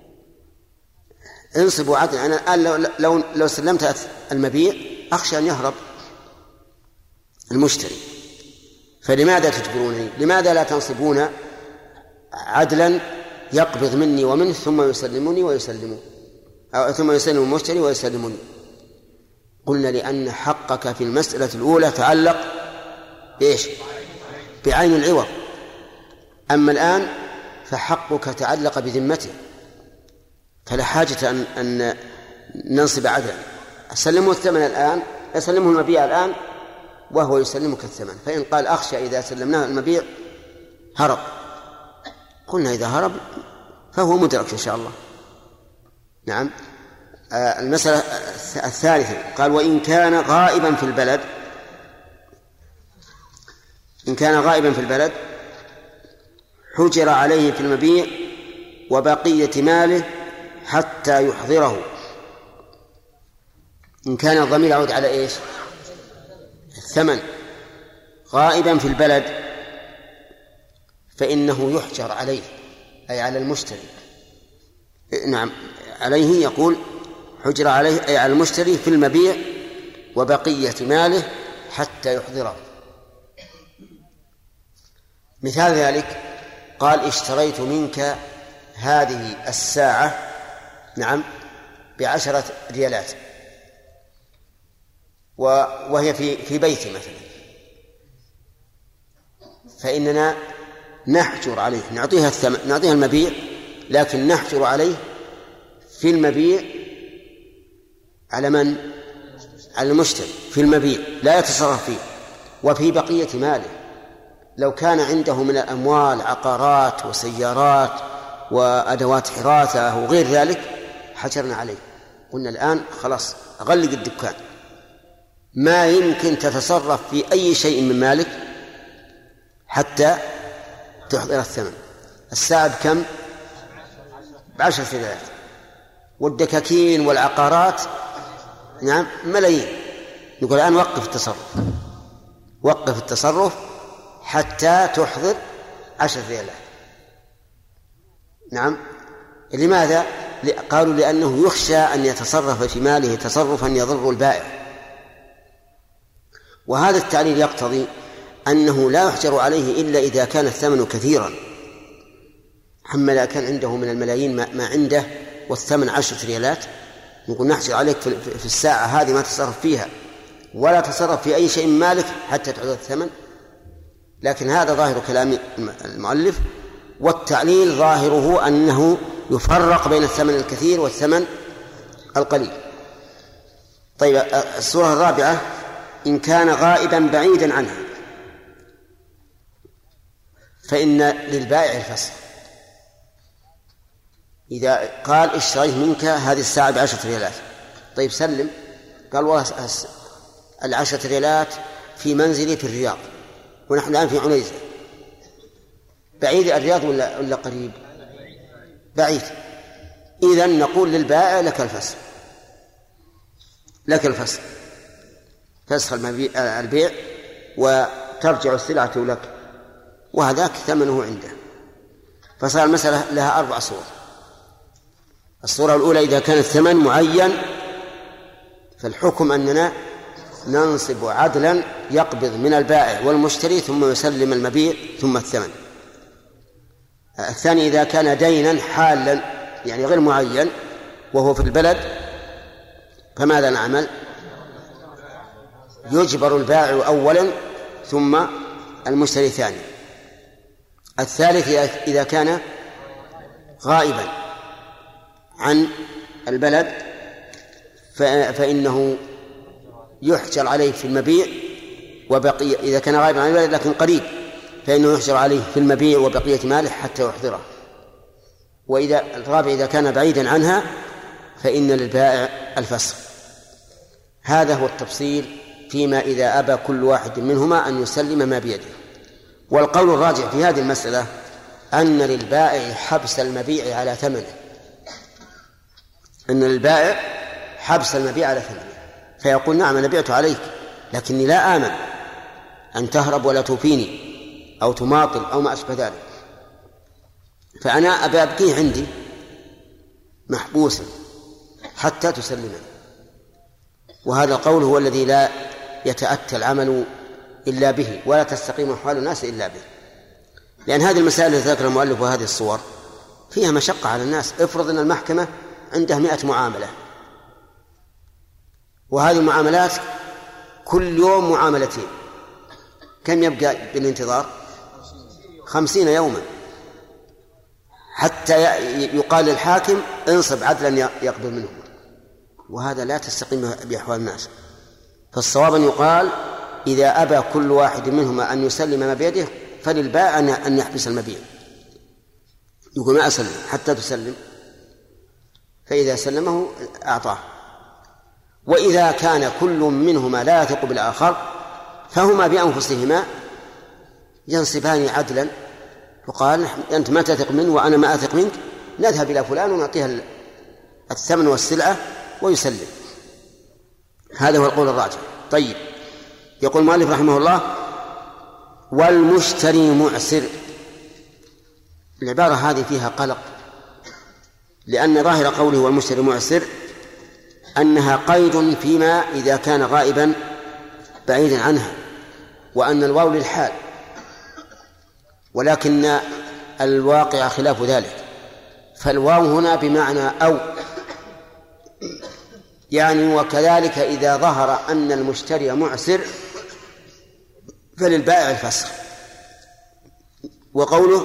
انصبوا عدل. أنا الآن لو, لو, لو سلمت المبيع أخشى أن يهرب المشتري، فلماذا تجبرونني؟ لماذا لا تنصبون عدلا يقبض مني ومنه ثم يسلمني ويسلمه أو ثم يسلم المشتري ويسلمني؟ قلنا لأن حقك في المسألة الأولى تعلق بإيش؟ بعين العوض. أما الآن فحقك تعلق بذمته، فلا حاجة أن, أن ننصب عدلا. أسلمه الثمن الآن، أسلمه المبيع الآن وهو يسلمك الثمن. فإن قال أخشى إذا سلمناه المبيع هرب، قلنا إذا هرب فهو مدرك إن شاء الله. نعم. آه المسألة الثالثة قال وإن كان غائبا في البلد، إن كان غائبا في البلد حجر عليه في المبيع وبقية ماله حتى يحضره. إن كان الضمير يعود على إيش؟ الثمن. غائبا في البلد فإنه يحجر عليه، أي على المشتري. نعم عليه، يقول حجر عليه أي على المشتري في المبيع وبقية ماله حتى يحضره. مثال ذلك قال اشتريت منك هذه الساعة نعم بعشرة ريالات وهي في في بيتي مثلا، فإننا نحجر عليه، نعطيها الثمن، نعطيها المبيع، لكن نحجر عليه في المبيع على من؟ على المشتري في المبيع، لا يتصرف فيه. وفي بقية ماله لو كان عنده من الأموال عقارات وسيارات وأدوات حراثة وغير ذلك حجرنا عليه. قلنا الآن خلاص أغلق الدكان، ما يمكن تتصرف في أي شيء من مالك حتى تحضر الثمن. الساعة بكم؟ بعشر ريالات، والدكاكين والعقارات نعم ملايين. نقول الآن وقف التصرف، وقف التصرف حتى تحضر عشر ريالات. نعم. لماذا؟ قالوا لأنه يخشى أن يتصرف في ماله تصرفا يضر البائع. وهذا التعليل يقتضي أنه لا يحجر عليه إلا إذا كان الثمن كثيرا. أما لا كان عنده من الملايين ما عنده والثمن عشرة ريالات نقول نحجر عليك في الساعة هذه ما تصرف فيها ولا تصرف في أي شيء من مالك حتى تعود الثمن. لكن هذا ظاهر كلام المؤلف، والتعليل ظاهره أنه يفرق بين الثمن الكثير والثمن القليل. طيب الصورة الرابعة إن كان غائبا بعيدا عنها فإن للبائع الفسخ. إذا قال اشتريت منك هذه الساعة بعشرة ريالات، طيب سلم. قال والله العشرة ريالات في منزلي في الرياض ونحن الآن في عنيزة. بعيد الرياض ولا, ولا قريب؟ بعيد. إذن نقول للبائع لك الفسخ لك الفسخ فسخ البيع وترجع السلعة لك، وهذاك ثمنه عنده. فصار المسألة لها أربع صور. الصورة الأولى إذا كان الثمن معين فالحكم أننا ننصب عدلا يقبض من البائع والمشتري ثم يسلم المبيع ثم الثمن. الثاني إذا كان دينا حالا يعني غير معين وهو في البلد فماذا نعمل؟ يجبر البائع أولا ثم المشتري ثانيا. الثالث إذا كان غائبا عن البلد فإنه يحجر عليه في المبيع وبقية، إذا كان غائبا عن البلد لكن قريب فإنه يحجر عليه في المبيع وبقية ماله حتى يحضره. وإذا الرابع إذا كان بعيدا عنها فإن للبائع الفسخ. هذا هو التفصيل فيما إذا أبى كل واحد منهما أن يسلم ما بيده. والقول الراجع في هذه المسألة أن للبائع حبس المبيع على ثمنه أن للبائع حبس المبيع على ثمنه فيقول نعم أنا بعت عليك لكني لا آمن أن تهرب ولا توفيني أو تماطل أو ما أشبه ذلك، فأنا أبى أبقيه عندي محبوسا حتى تسلمني. وهذا القول هو الذي لا يتأتى العمل إلا به ولا تستقيم أحوال الناس إلا به، لأن هذه المسائل التي ذكر المؤلف وهذه الصور فيها مشقة على الناس. افرض أن المحكمة عندها مئة معاملة وهذه المعاملات كل يوم معاملتين، كم يبقى بالانتظار؟ خمسين يوما حتى يقال للحاكم انصب عدلا يقبل منه، وهذا لا تستقيم بأحوال الناس. فالصواب أن يقال إذا أبى كل واحد منهما أن يسلم ما بيده فللبائع أن يحبس المبيع، يقول ما أسلم حتى تسلم، فإذا سلمه أعطاه. وإذا كان كل منهما لا يثق بالآخر فهما بأنفسهما ينصبان عدلا، وقال أنت ما تثق منه وأنا ما أثق منك، نذهب إلى فلان ونعطيها الثمن والسلعة ويسلم. هذا هو القول الراجح. طيب، يقول المؤلف رحمه الله والمشتري معسر. العبارة هذه فيها قلق، لأن ظاهر قوله والمشتري معسر أنها قيد فيما إذا كان غائبا بعيدا عنها، وأن الواو للحال، ولكن الواقع خلاف ذلك. فالواو هنا بمعنى أو، يعني وكذلك إذا ظهر أن المشتري معسر فللبائع الفسخ. وقوله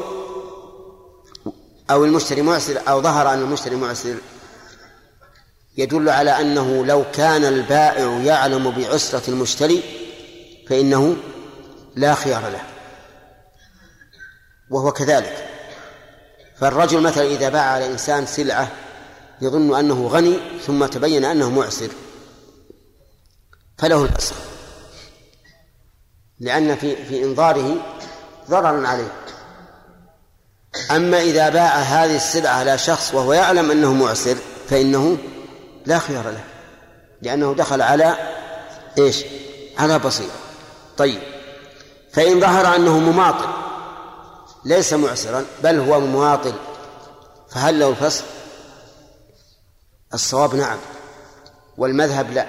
أو المشتري معسر أو ظهر أن المشتري معسر يدل على أنه لو كان البائع يعلم بعسرة المشتري فإنه لا خيار له، وهو كذلك. فالرجل مثلا إذا باع على إنسان سلعة يظن أنه غني ثم تبين أنه معسر فله الفسخ، لأن في في إنظاره ضرر عليه. أما إذا باع هذه السلعة على شخص وهو يعلم أنه معسر فإنه لا خيار له، لأنه دخل على إيش؟ على بصيرة. طيب، فإن ظهر أنه مماطل ليس معسرا بل هو مماطل فهل له الفسخ؟ الصواب نعم، والمذهب لا.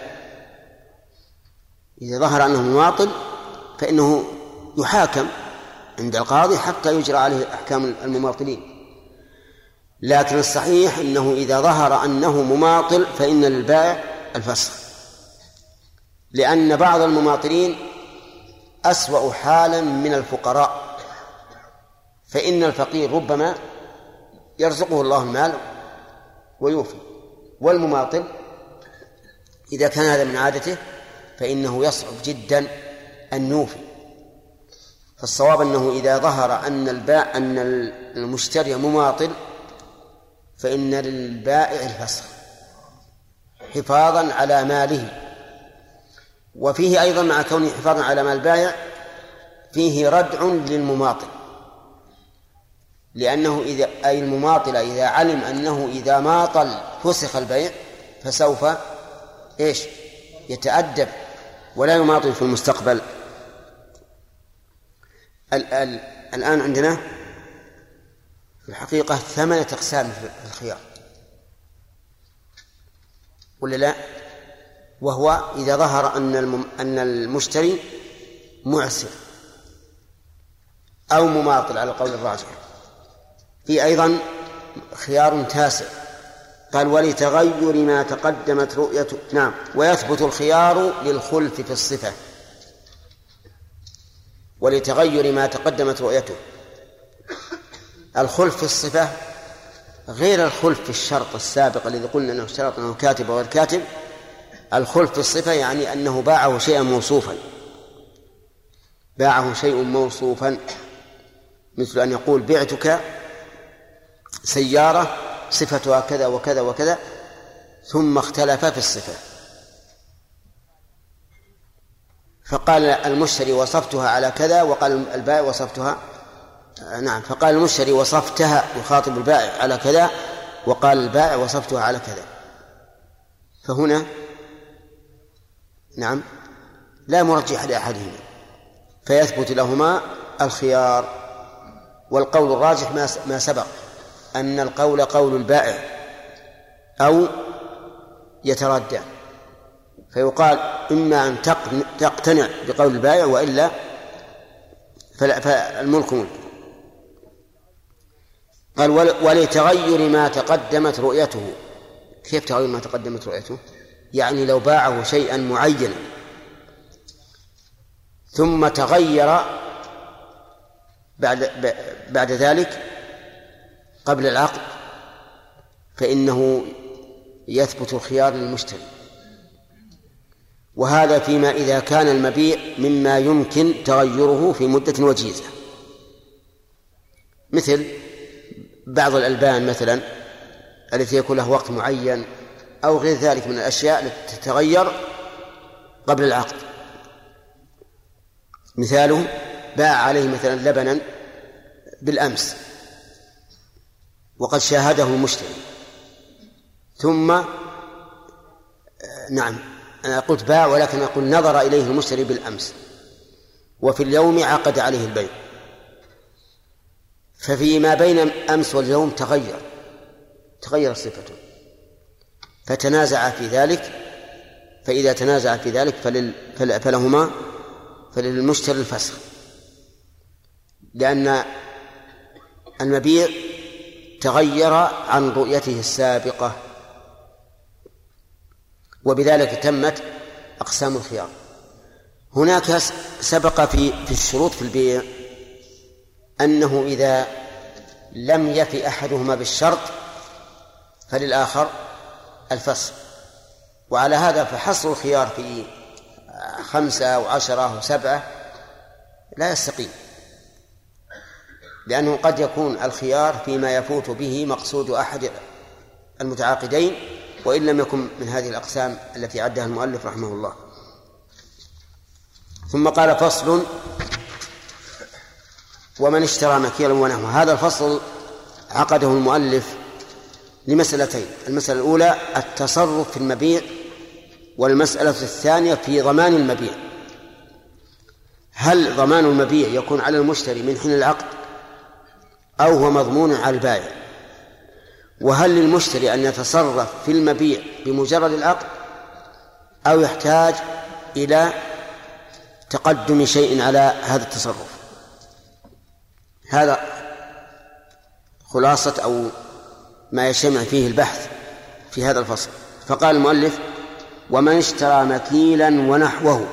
إذا ظهر أنه مماطل فإنه يحاكم عند القاضي حتى يجرى عليه أحكام المماطلين. لكن الصحيح أنه إذا ظهر أنه مماطل فإن للبائع الفسخ، لأن بعض المماطلين أسوأ حالا من الفقراء، فإن الفقير ربما يرزقه الله المال ويوفي، والمماطل إذا كان هذا من عادته فإنه يصعب جدا أن يوفي. فالصواب أنه إذا ظهر أن البائع أن المشتري مماطل فإن للبائع الفسخ حفاظا على ماله. وفيه أيضا مع كونه حفاظا على مال البائع فيه ردع للمماطل، لأنه إذا أي المماطل إذا علم أنه إذا ماطل فسخ البيع فسوف إيش يتأدب ولا يماطل في المستقبل. ال ال الآن عندنا في الحقيقة ثمانية أقسام في الخيار ولا لا؟ وهو إذا ظهر أن أن المشتري معسر أو مماطل على القول الراجح. في أيضا خيار تاسع قال ولتغير ما تقدمت رؤيته. نعم. ويثبت الخيار للخلف في الصفة ولتغير ما تقدمت رؤيته. الخلف في الصفة غير الخلف في الشرط السابق الذي قلنا أنه شرط أنه كاتب وغير كاتب. الخلف في الصفة يعني أنه باعه شيئا موصوفا باعه شيء موصوفا مثل أن يقول بعتك سيارة صفتها كذا وكذا وكذا ثم اختلف في الصفة فقال المشتري وصفتها على كذا وقال البائع وصفتها نعم فقال المشتري وصفتها يخاطب البائع على كذا وقال البائع وصفتها على كذا. فهنا نعم لا مرجح لأحدهما فيثبت لهما الخيار. والقول الراجح ما سبق أن القول قول البائع أو يتردى فيقال إما أن تقتنع بقول البائع وإلا فالملك ملك. قال ولتغير ما تقدمت رؤيته. كيف تغير ما تقدمت رؤيته؟ يعني لو باعه شيئا معينا ثم تغير بعد بعد ذلك قبل العقد فإنه يثبت الخيار للمشتري. وهذا فيما إذا كان المبيع مما يمكن تغيره في مدة وجيزة مثل بعض الألبان مثلا التي يكون له وقت معين أو غير ذلك من الأشياء التي تتغير قبل العقد. مثاله باع عليه مثلا لبنا بالأمس وقد شاهده المشتري ثم نعم أنا قلت باع ولكن أقول نظر إليه المشتري بالأمس وفي اليوم عقد عليه البيع ففيما بين أمس واليوم تغير تغير صفته فتنازع في ذلك. فإذا تنازع في ذلك فلل فلهما فللمشتري الفسخ لأن المبيع تغير عن رؤيته السابقة وبذلك تمت أقسام الخيار. هناك سبق في في الشروط في البيع أنه إذا لم يفي أحدهما بالشرط فللآخر الفسخ. وعلى هذا فحصر الخيار في خمسة وعشرة وسبعة لا يستقيم لأنه قد يكون الخيار فيما يفوت به مقصود أحد المتعاقدين وإن لم يكن من هذه الأقسام التي عدها المؤلف رحمه الله. ثم قال فصل ومن اشترى مكيلا ونحوه. هذا الفصل عقده المؤلف لمسألتين. المسألة الأولى التصرف في المبيع والمسألة الثانية في ضمان المبيع. هل ضمان المبيع يكون على المشتري من حين العقد أو هو مضمون على البائع؟ وهل للمشتري أن يتصرف في المبيع بمجرد العقد أو يحتاج إلى تقدم شيء على هذا التصرف؟ هذا خلاصة أو ما يجتمع فيه البحث في هذا الفصل. فقال المؤلف ومن اشترى مكيلا ونحوه.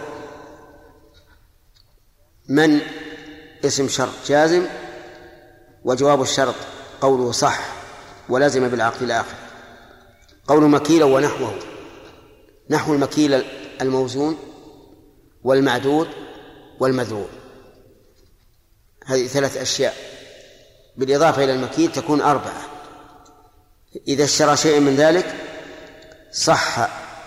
من اسم شرط جازم وجواب الشرط قوله صح ولازم بالعقد الآخر. قول مكيلا ونحوه نحو المكيل الموزون والمعدود والمذروع. هذه ثلاث أشياء بالإضافة إلى المكيل تكون أربعة. إذا اشترى شيء من ذلك صح.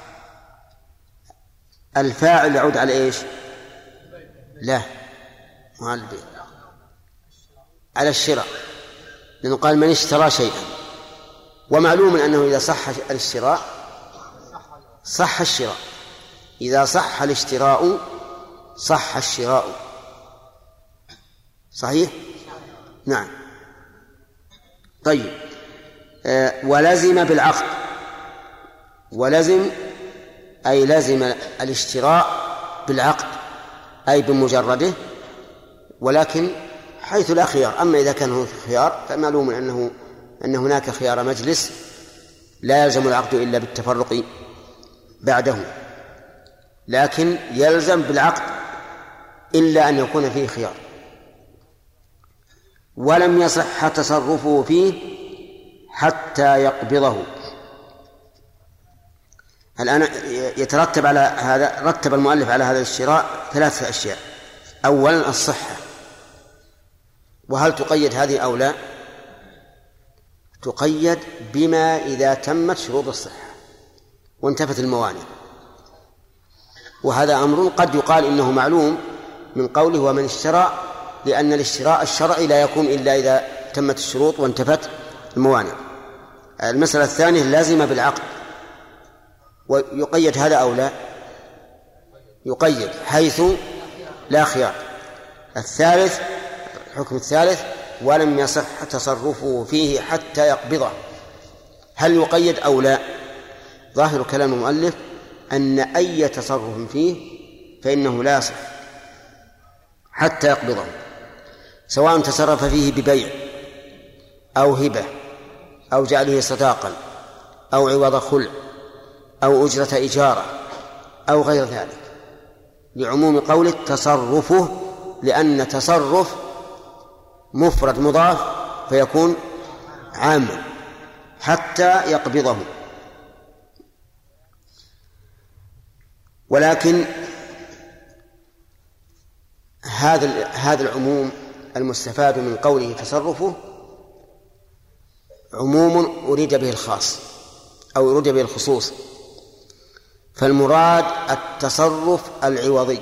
الفاعل يعود على إيش؟ لا على البيع على الشراء لأنه قال من اشترى شيئا، ومعلوم أنه إذا صح الاشتراء صح الشراء، إذا صح الاشتراء صح الشراء. صحيح؟ نعم. طيب، أه ولزم بالعقد، ولزم أي لزم الاشتراء بالعقد أي بمجرده، ولكن حيث لا خيار. أما إذا كان هناك خيار فمعلوم أنه أن هناك خيار مجلس لا يلزم العقد إلا بالتفرق بعده، لكن يلزم بالعقد إلا أن يكون فيه خيار. ولم يصح تصرفه فيه حتى يقبضه. الآن يترتب على هذا، رتب المؤلف على هذا الشراء ثلاثة أشياء. أولا الصحة، وهل تقيد هذه أو لا؟ تقيد بما إذا تمت شروط الصحة وانتفت الموانع، وهذا أمر قد يقال إنه معلوم من قوله ومن اشترى، لأن الاشتراء الشرعي لا يكون إلا إذا تمت الشروط وانتفت الموانع. المسألة الثانية لازم بالعقد، ويقيد هذا أو لا؟ يقيد حيث لا خيار. الثالث، الحكم الثالث ولم يصح تصرفه فيه حتى يقبضه. هل يقيد أو لا؟ ظاهر كلام المؤلف أن أي تصرف فيه فإنه لا يصح حتى يقبضه، سواء تصرف فيه ببيع أو هبة أو جعله صداقا أو عوض خلع أو أجرة إجارة أو غير ذلك، لعموم قوله تصرفه، لأن تصرف مفرد مضاف فيكون عاما حتى يقبضه. ولكن هذا هذا العموم المستفاد من قوله تصرفه عموم أريد به الخاص أو أريد به الخصوص، فالمراد التصرف العوضي،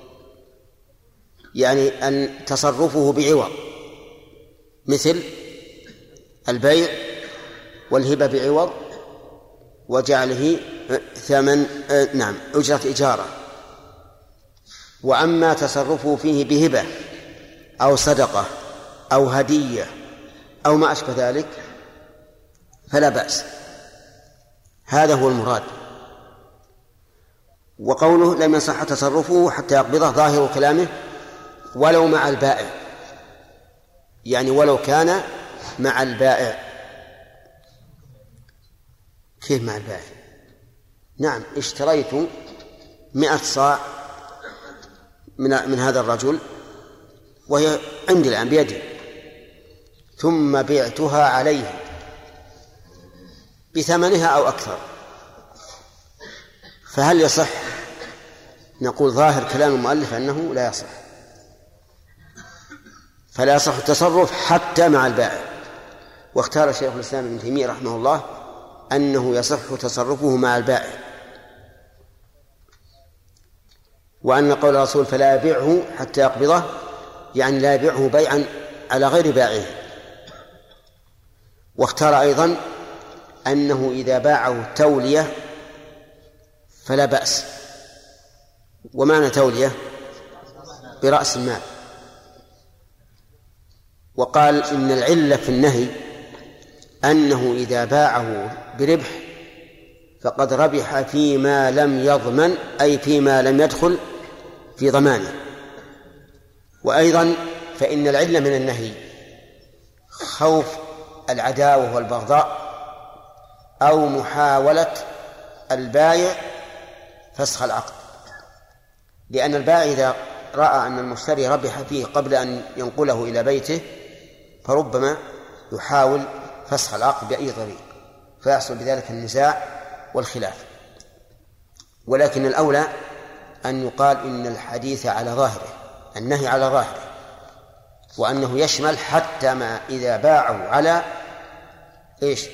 يعني أن تصرفه بعوض، مثل البيع والهبة بعوض وجعله ثمن نعم أجرة إجارة. وأما تصرفه فيه بهبة أو صدقة أو هدية أو ما أشبه ذلك فلا بأس، هذا هو المراد. وقوله لم يصح تصرفه حتى يقبضه ظاهر كلامه ولو مع البائع، يعني ولو كان مع البائع. كيف مع البائع؟ نعم، اشتريت مئة صاع من من هذا الرجل وهي عندي الآن بيدي، ثم بعتها عليه بثمنها أو أكثر، فهل يصح؟ نقول ظاهر كلام المؤلف أنه لا يصح، فلا يصح التصرف حتى مع البائع. واختار شيخ الإسلام ابن تيمية رحمه الله أنه يصح تصرفه مع البائع، وأن قول الرسول فلا يبيعه حتى يقبضه يعني لا يبيعه بيعا على غير بائعه. واختار أيضا أنه إذا باعه تولية فلا بأس. ومعنى تولية برأس المال. وقال إن العلة في النهي أنه إذا باعه بربح فقد ربح فيما لم يضمن، أي فيما لم يدخل في ضمانه. وأيضا فإن العلة من النهي خوف العداوة والبغضاء أو محاولة البائع فسخ العقد، لأن البائع إذا رأى أن المشتري ربح فيه قبل أن ينقله إلى بيته فربما يحاول فسخ العقد بأي طريق فيحصل بذلك النزاع والخلاف. ولكن الأولى أن يقال إن الحديث على ظاهره، النهي على ظاهره، وأنه يشمل حتى ما إذا باعوا على إيش؟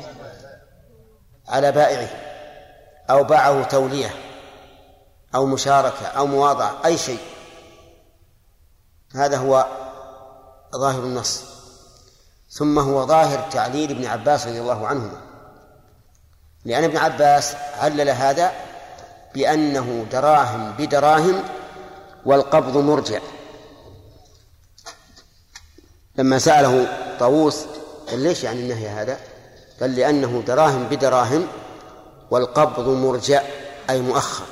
على بائعه، أو باعه تولية أو مشاركة أو مواضعة، أي شيء، هذا هو ظاهر النص. ثم هو ظاهر تعليل ابن عباس رضي الله عنهما، لأن ابن عباس علل هذا بأنه دراهم بدراهم والقبض مرجع. لما سأله طاووس قال ليش يعني النهي هذا؟ قال لأنه دراهم بدراهم والقبض مرجع أي مؤخر.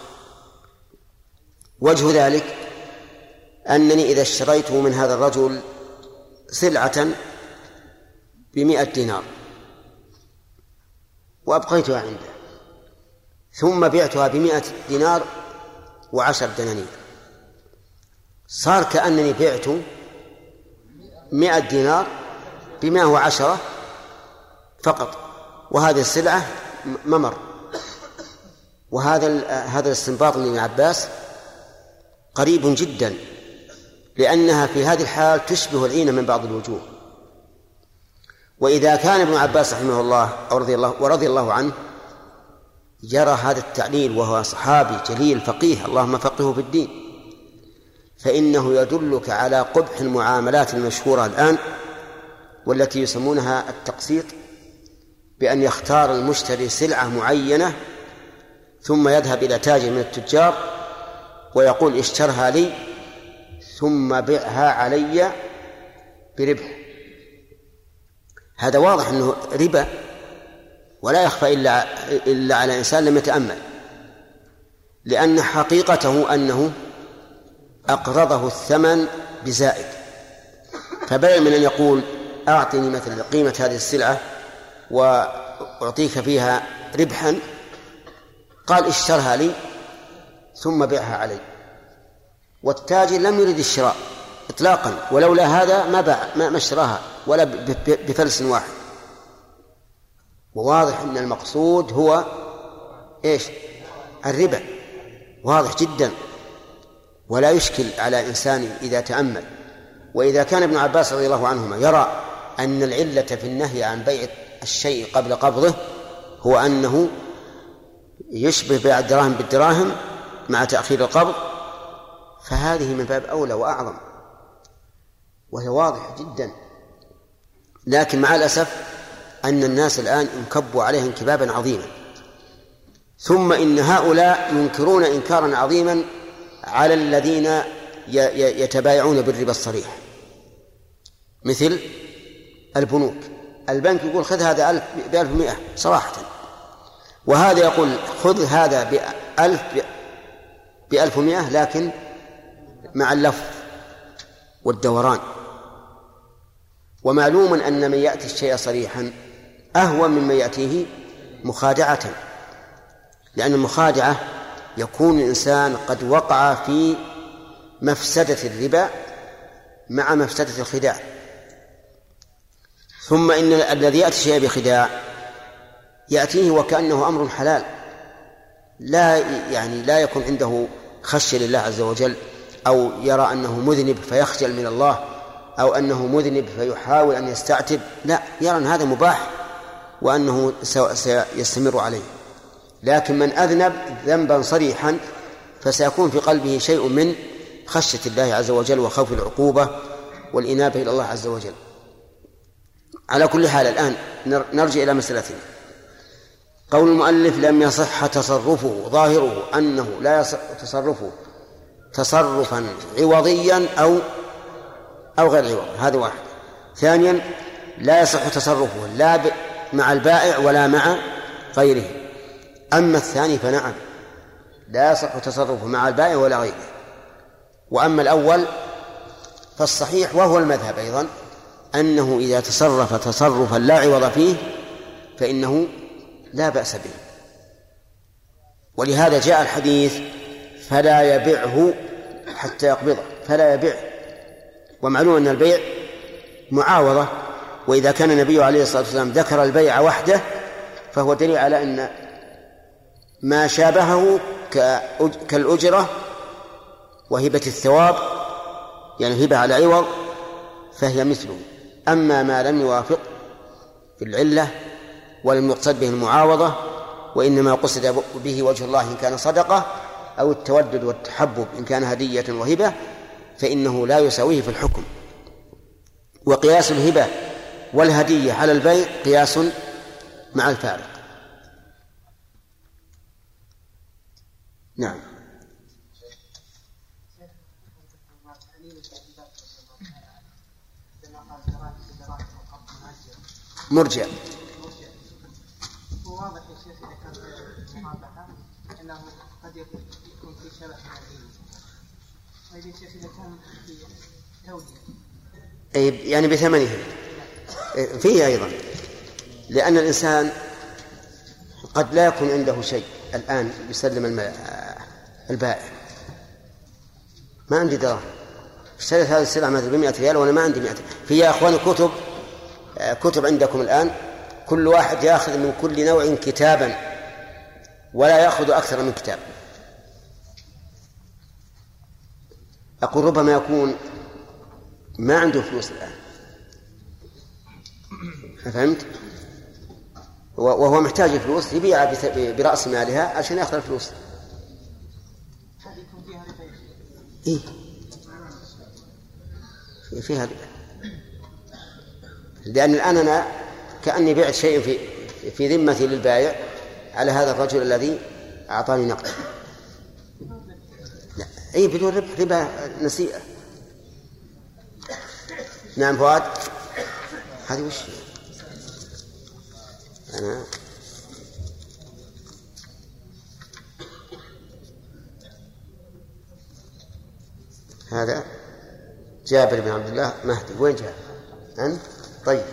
وجه ذلك أنني إذا اشتريت من هذا الرجل سلعة بمئة دينار وأبقيتها عنده، ثم بعتها بمئة دينار وعشر دنانير، صار كأنني بعت مئة دينار بمئة وعشرة فقط، وهذه السلعة ممر. وهذا هذا الاستنباط من ابن عباس قريب جدا، لأنها في هذه الحال تشبه العينة من بعض الوجوه. وإذا كان ابن عباس رحمه الله أو رضي الله ورضي الله عنه يرى هذا التعليل وهو صحابي جليل فقيه اللهم فقهه في الدين، فإنه يدلك على قبح المعاملات المشهورة الآن والتي يسمونها التقسيط، بأن يختار المشتري سلعة معينة ثم يذهب إلى تاجر من التجار ويقول اشترها لي ثم بيعها علي بربح. هذا واضح أنه ربا ولا يخفى إلا, إلا على إنسان لم يتأمل، لأن حقيقته أنه أقرضه الثمن بزائد. فبدل من أن يقول أعطني مثل قيمة هذه السلعة وأعطيك فيها ربحا، قال اشترها لي ثم بيعها علي، والتاجر لم يرد الشراء إطلاقا، ولولا هذا ما باع ما اشتراها ولا بفلس واحد. وواضح أن المقصود هو إيش؟ الربا، واضح جدا ولا يشكل على إنسان إذا تأمل. وإذا كان ابن عباس رضي الله عنهما يرى أن العلة في النهي عن بيع الشيء قبل قبضه هو أنه يشبه بيع الدراهم بالدراهم مع تأخير القبض، فهذه من باب أولى وأعظم، وهي واضحة جدا. لكن مع الأسف أن الناس الآن انكبوا عليها انكبابا عظيما، ثم إن هؤلاء ينكرون إنكارا عظيما على الذين يتبايعون بالربا الصريح، مثل البنوك. البنك يقول خذ هذا ألف بألف ومئة صراحة، وهذا يقول خذ هذا بألف بألف ومئة لكن مع اللف والدوران. ومعلوم أن من يأتي الشيء صريحا أهون ممن يأتيه مخادعة، لأن المخادعة يكون الإنسان قد وقع في مفسدة الربا مع مفسدة الخداع. ثم إن الذي يأتي شيء بخداع يأتيه وكأنه أمر حلال، لا يعني لا يكون عنده خشية لله عز وجل، أو يرى أنه مذنب فيخجل من الله، أو أنه مذنب فيحاول أن يستعتب، لا، يرى أن هذا مباح وأنه سيستمر عليه. لكن من أذنب ذنبا صريحا فسيكون في قلبه شيء من خشية الله عز وجل وخوف العقوبة والإنابة إلى الله عز وجل. على كل حال الآن نرجع إلى مسألتنا. قول المؤلف لم يصح تصرفه، ظاهره أنه لا يصح تصرفه تصرفا عوضيا أو أو غير عوض، هذا واحد. ثانيا لا يصح تصرفه لا مع البائع ولا مع غيره. أما الثاني فنعم لا يصح تصرفه مع البائع ولا غيره. وأما الأول فالصحيح وهو المذهب أيضا أنه إذا تصرف تصرفا لا عوض فيه فإنه لا بأس به. ولهذا جاء الحديث فلا يبيعه حتى يقبضه، فلا يبيع. ومعلوم أن البيع معاوضة، وإذا كان النبي عليه الصلاة والسلام ذكر البيع وحده فهو دليل على أن ما شابهه كالأجرة وهبة الثواب، يعني هبة على عوض، فهي مثله. أما ما لم يوافق في العلة ولم يقصد به المعاوضة وإنما قصد به وجه الله إن كان صدقة، أو التودد والتحبب إن كان هدية وهبة، فإنه لا يساويه في الحكم. وقياس الهبة والهدية على البيع قياس مع الفارق. نعم. مرجع. واضح يا شيخ إذا كان مرابحة أنه قد يكون في شبه من وإذا شيخ إذا كان في توديع يعني بثمنه فيه أيضا، لأن الإنسان قد لا يكون عنده شيء الآن يسلم البائع، ما عندي دراهم، اشتريت هذه السلعة مثلا بمئة ريال وأنا ما عندي مئة. في يا أخواني كتب كتب عندكم الآن كل واحد يأخذ من كل نوع كتابا ولا يأخذ أكثر من كتاب. أقول ربما يكون ما عنده فلوس الآن، فهمت؟ وهو محتاج الفلوس يبيع برأس مالها عشان يأخذ الفلوس. إيه؟ فيها ربا، لأن الآن أنا كأني بعت شيء في في ذمتي للبائع على هذا الرجل الذي أعطاني نقد. لا، أي بدون ربح، ربا نسيئة. نعم فؤاد، هذه وش أنا هذا جابر بن عبد الله مهدي. وين جابر أنت؟ طيب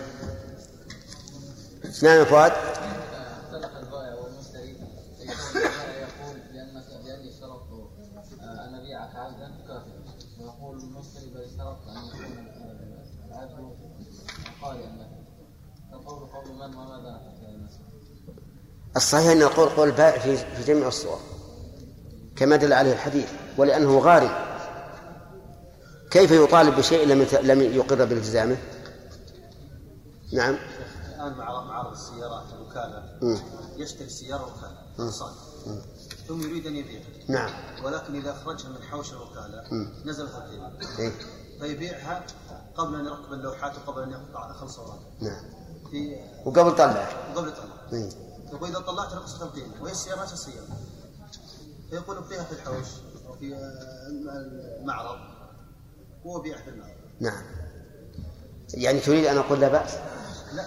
نعم يا فؤاد. اختلف البائع والمشتري يقول لأنك لأني اشترطت أن أبيعك عبدا كافرا، ويقول المشتري بل اشترطت أن يكون العبد قال أنك تقول قول من وماذا نسمع. الصحيح أن نقول قول البائع في في جميع الصور كما دل عليه الحديث، ولأنه غارم كيف يطالب بشيء لم لم يقر بالتزامه؟ نعم. الآن مع معرض السيارات الوكالة يشتري السيارة وكالة صالح ثم يريد أن يبيعها. نعم. ولكن إذا أخرجها من حوش الوكالة نزلت القيمة إيه؟ فيبيعها قبل أن يركب اللوحات وقبل أن يقطع دخل صواريخ. نعم. في وقبل طلع. وقبل طلع. إيه؟ يقول إذا طلعت نقصت القيمة وهي السيارة نفس السيارة، فيقول ابقيها في الحوش أو في المعرض هو بيع في المعرض. نعم. يعني تريد أن أقول لا بأس؟ لا.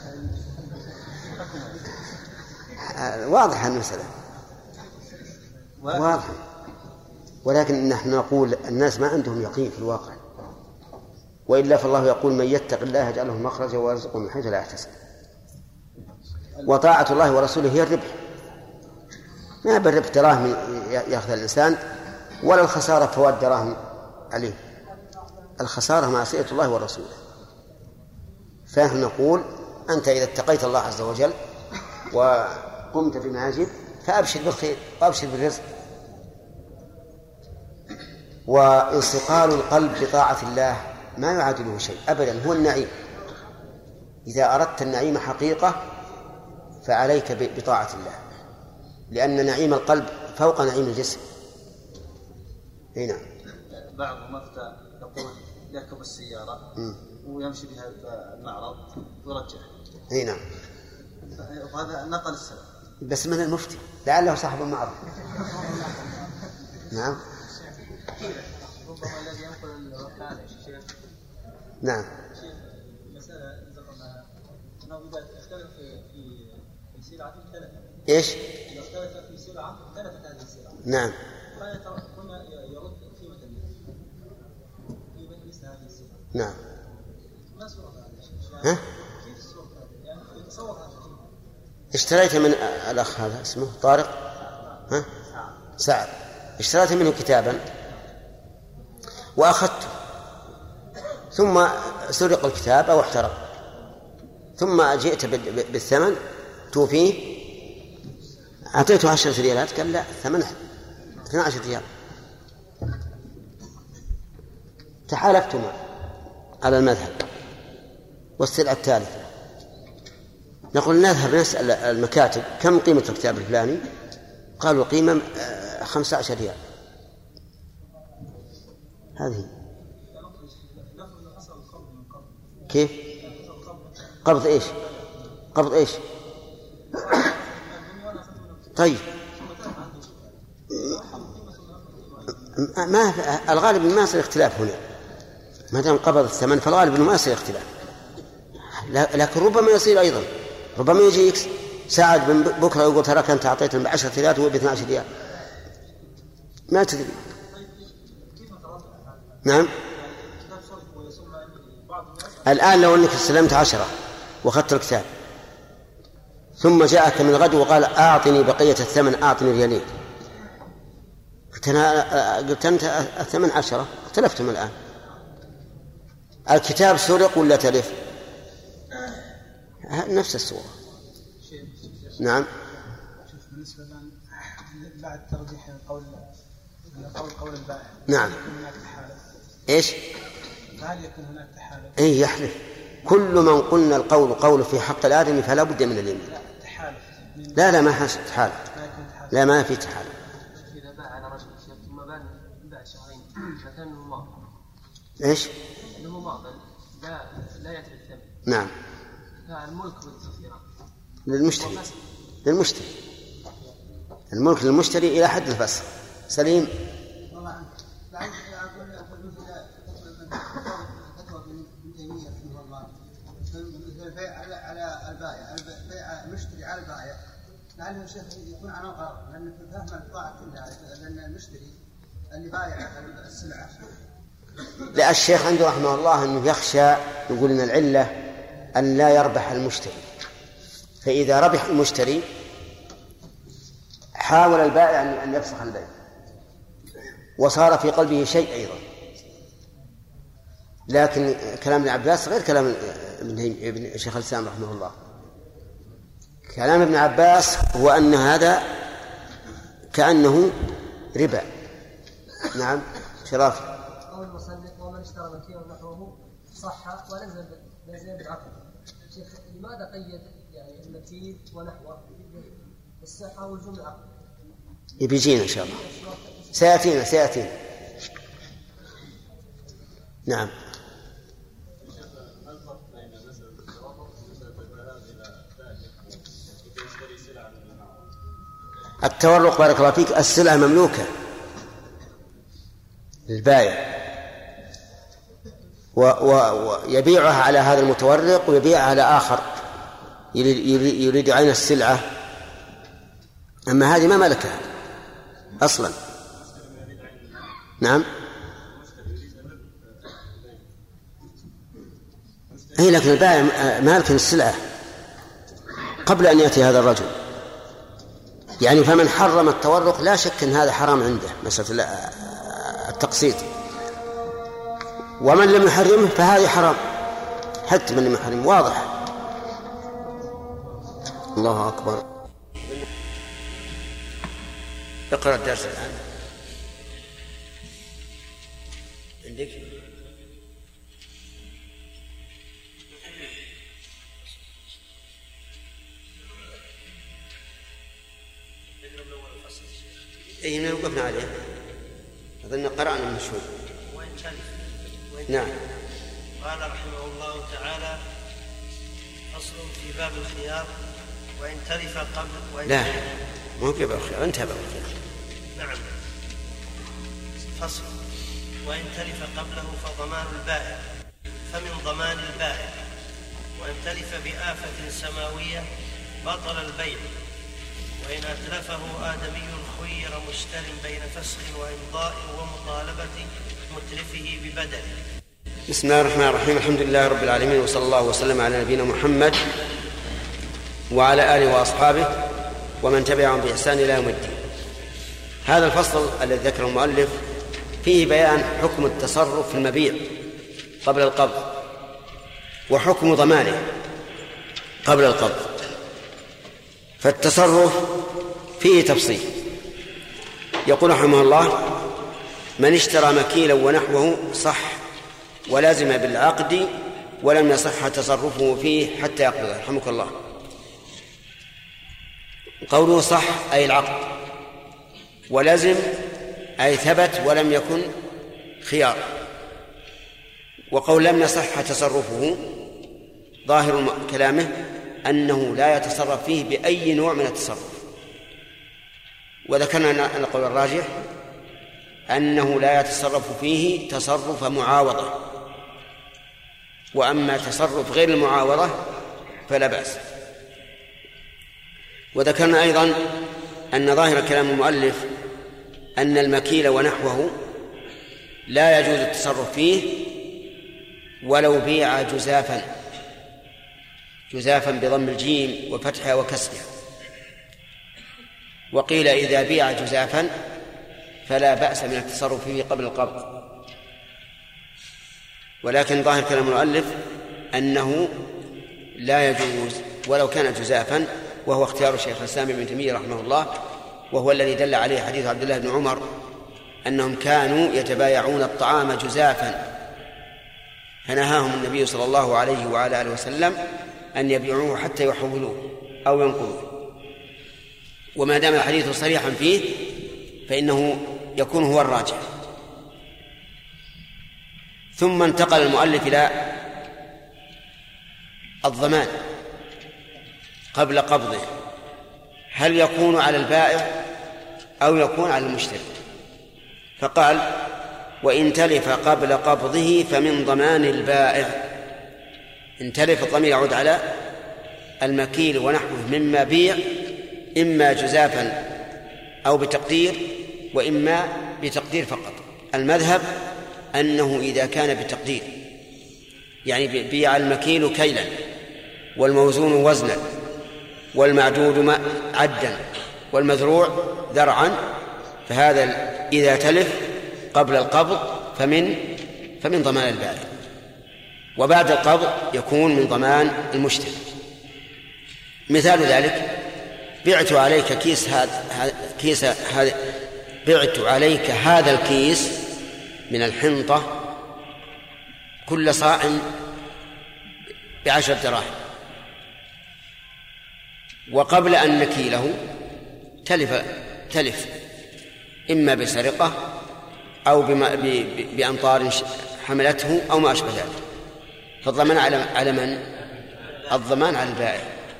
واضح المسألة واضح، ولكن نحن نقول الناس ما عندهم يقين في الواقع، وإلا فالله يقول من يتق الله يجعل له مخرجا ويرزقه من حيث لا يحتسب. وطاعة الله ورسوله هي الربح، ما بالربح دراهم يأخذ الإنسان ولا الخسارة فوات دراهم عليه، الخسارة معصية الله ورسوله. فنحن نقول أنت إذا اتقيت الله عز وجل وقمت بما يجب فأبشر بالخير وأبشر بالرزق. وانصقال القلب بطاعة الله ما يعادله شيء أبدا، هو النعيم. إذا أردت النعيم حقيقة فعليك بطاعة الله، لأن نعيم القلب فوق نعيم الجسم. هنا بعضهم أفتى يقول يركب السيارة م. ويمشي بها المعرض ويرجع. هنا وهذا نقل السلف بس من المفتي لعله صاحب المعرض. نعم. ربما الذي ينقل الوكالة شيخ. نعم. مسألة ذكرنا أنه إذا اختلف في في سلعة ثلاثة. إيش؟ إذا اختلف في سلعة ثلاثة هذه السلعة. نعم. هنا يرد قيمة قيمة مثل هذه السلعة. نعم. ما صورة هذا؟ ها؟ كيف الصورة هذا؟ يعني يتصور هذا. اشتريت من الأخ هذا اسمه طارق ها؟ سعد، اشتريت منه كتابا وأخذته ثم سرق الكتاب أو احترق، ثم جئت بالثمن توفيه، أعطيته عشرة ريالات قال لا ثمنه اثنى عشر ريال. تحالفتما على المذهب والسلعة الثالثة، نقول نذهب نسأل المكاتب كم قيمة الكتاب الفلاني؟ قالوا قيمة خمسة عشر ريال. هذه كيف؟ قبض إيش؟ قبض إيش؟ طيب ما الغالب ما يصير اختلاف هنا، ما دام قبض الثمن فالغالب إنه ما يصير اختلاف، لكن ربما يصير أيضا، ربما يجي سعد بن بكرة يقول تراك أنت أعطيتهم بعشرة ريال وهو باثنى عشر ريال، ما تدري. نعم. الآن لو أنك استلمت عشرة وأخذت الكتاب ثم جاءك من الغد وقال أعطني بقية الثمن، أعطني ريالين، قلت أنا قلت أنت الثمن عشرة، اختلفتم الآن، الكتاب سرق ولا تلف؟ نفس الصورة. نعم. بالنسبة بعد ترجيح قول قول قول البائع. نعم. إيش؟ فهل يكون هناك تحالف؟ إيه يحلف. كل من قلنا القول قول في حق الآدمي فلا بد من اليمين. لا تحالف. لا لا ما حصل تحالف. لا ما في تحالف. إذا باع على رجل ثم باع شهرين فكانه ماضي. إيش؟ إنه ماضي لا لا يدفع الثمن. نعم. فالملك والتصفيرات. للمشتري. للمشتري. الملك للمشتري إلى حد الفسخ. سليم. والله لعل أقول أقول مثل فتوى ابن تيمية رحمه الله مثل البيع على على البائع، البيع المشتري على البائع، لعله الشيخ يكون على الغرض، لأن في فهم الطاعة لأن المشتري اللي بايع السلعة. لا الشيخ عنده رحمه الله أنه يخشى، يقول إن العلة أن لا يربح المشتري، فإذا ربح المشتري حاول البائع أن يفسخ البيع وصار في قلبه شيء أيضا. لكن كلام ابن عباس غير كلام ابن شيخ الإسلام رحمه الله. كلام ابن عباس هو أن هذا كأنه ربا. نعم شرافي. قول المصنف ومن اشترى مكيا ونحوه صح ولزم لزم بالعقد. شيخ لماذا قيد يعني المكي ونحوه الصحة والجمع العقد؟ يبيجينا إن شاء الله، سيأتينا سيأتينا. نعم. التورق بارك الله فيك، السلعة مملوكة للبائع ويبيعها على هذا المتورق ويبيعها على آخر يريد عين السلعة، أما هذه ما ملكها أصلا. نعم. أي لكن البائع مالك السلعة قبل أن يأتي هذا الرجل، يعني فمن حرم التورق لا شك أن هذا حرام عنده مسألة التقسيط، ومن لم يحرمه فهذا حرام حتى من لم يحرمه، واضح. الله أكبر. اقرأ الدرس الآن عندك. أي من وقفنا عليه أظن قرأنا من شوي. نعم. قال رحمه الله تعالى فصل في باب الخيار وإن تلف قبل وإن لا مو في باب الخيار، انتهى باب الخيار. نعم. فصل وإن تلف قبله فضمان البائع فمن ضمان البائع، وإن تلف بآفة سماوية بطل البيع، وإن أتلفه آدمي خير مشتر بين فسخ وإمضاء ومطالبة متلفه ببدله. بسم الله الرحمن الرحيم، الحمد لله رب العالمين، وصلى الله وسلم على نبينا محمد وعلى آله وأصحابه ومن تبعهم بإحسان إلى يوم الدين. هذا الفصل الذي ذكره المؤلف فيه بيان حكم التصرف في المبيع قبل القبض وحكم ضمانه قبل القبض. فالتصرف فيه تفصيل. يقول رحمه الله: من اشترى مكيلا ونحوه صح ولازم بالعقد ولم يصح تصرفه فيه حتى يقبضه. رحمك الله. قوله صح أي العقد، ولازم أي ثبت ولم يكن خيار. وقول لم يصح تصرفه ظاهر كلامه أنه لا يتصرف فيه بأي نوع من التصرف. وذكرنا أن القول الراجح أنه لا يتصرف فيه تصرف معاوضة، وأما تصرف غير المعاوضة فلا بأس. وذكرنا أيضا أن ظاهر كلام المؤلف أن المكيل ونحوه لا يجوز التصرف فيه ولو بيع جزافا، جزافا بضم الجيم وفتحها وكسرها. وقيل إذا بيع جزافا فلا بأس من التصرف فيه قبل القبض، ولكن ظاهر كلام المؤلف أنه لا يجوز ولو كان جزافا، وهو اختيار الشيخ الإسلام ابن تيمية رحمه الله، وهو الذي دل عليه حديث عبد الله بن عمر أنهم كانوا يتبايعون الطعام جزافا، فنهاهم النبي صلى الله عليه وعلى آله وسلم أن يبيعوه حتى يحولوه أو ينقلوه. وما دام الحديث صريحا فيه فإنه يكون هو الراجح. ثم انتقل المؤلف إلى الضمان قبل قبضه، هل يكون على البائع أو يكون على المشتري؟ فقال: وإن تلف قبل قبضه فمن ضمان البائع. إن تلف الضمير يعود على المكيل ونحوه مما بيع، إما جزافا أو بتقدير، وإما بتقدير فقط. المذهب أنه إذا كان بتقدير، يعني بيع المكيل كيلا والموزون وزنا والمعدود عدا والمذروع ذرعا، فهذا إذا تلف قبل القبض فمن فمن ضمان البائع، وبعد القبض يكون من ضمان المشتري. مثال ذلك: بعت عليك كيس هذا كيس هذا بعت عليك هذا الكيس من الحنطة كل صاع بعشر دراهم، وقبل أن نكيله تلف تلف إما بسرقة أو بأمطار حملته أو ما أشبه ذلك، فالضمان على من؟ الضمان على البائع.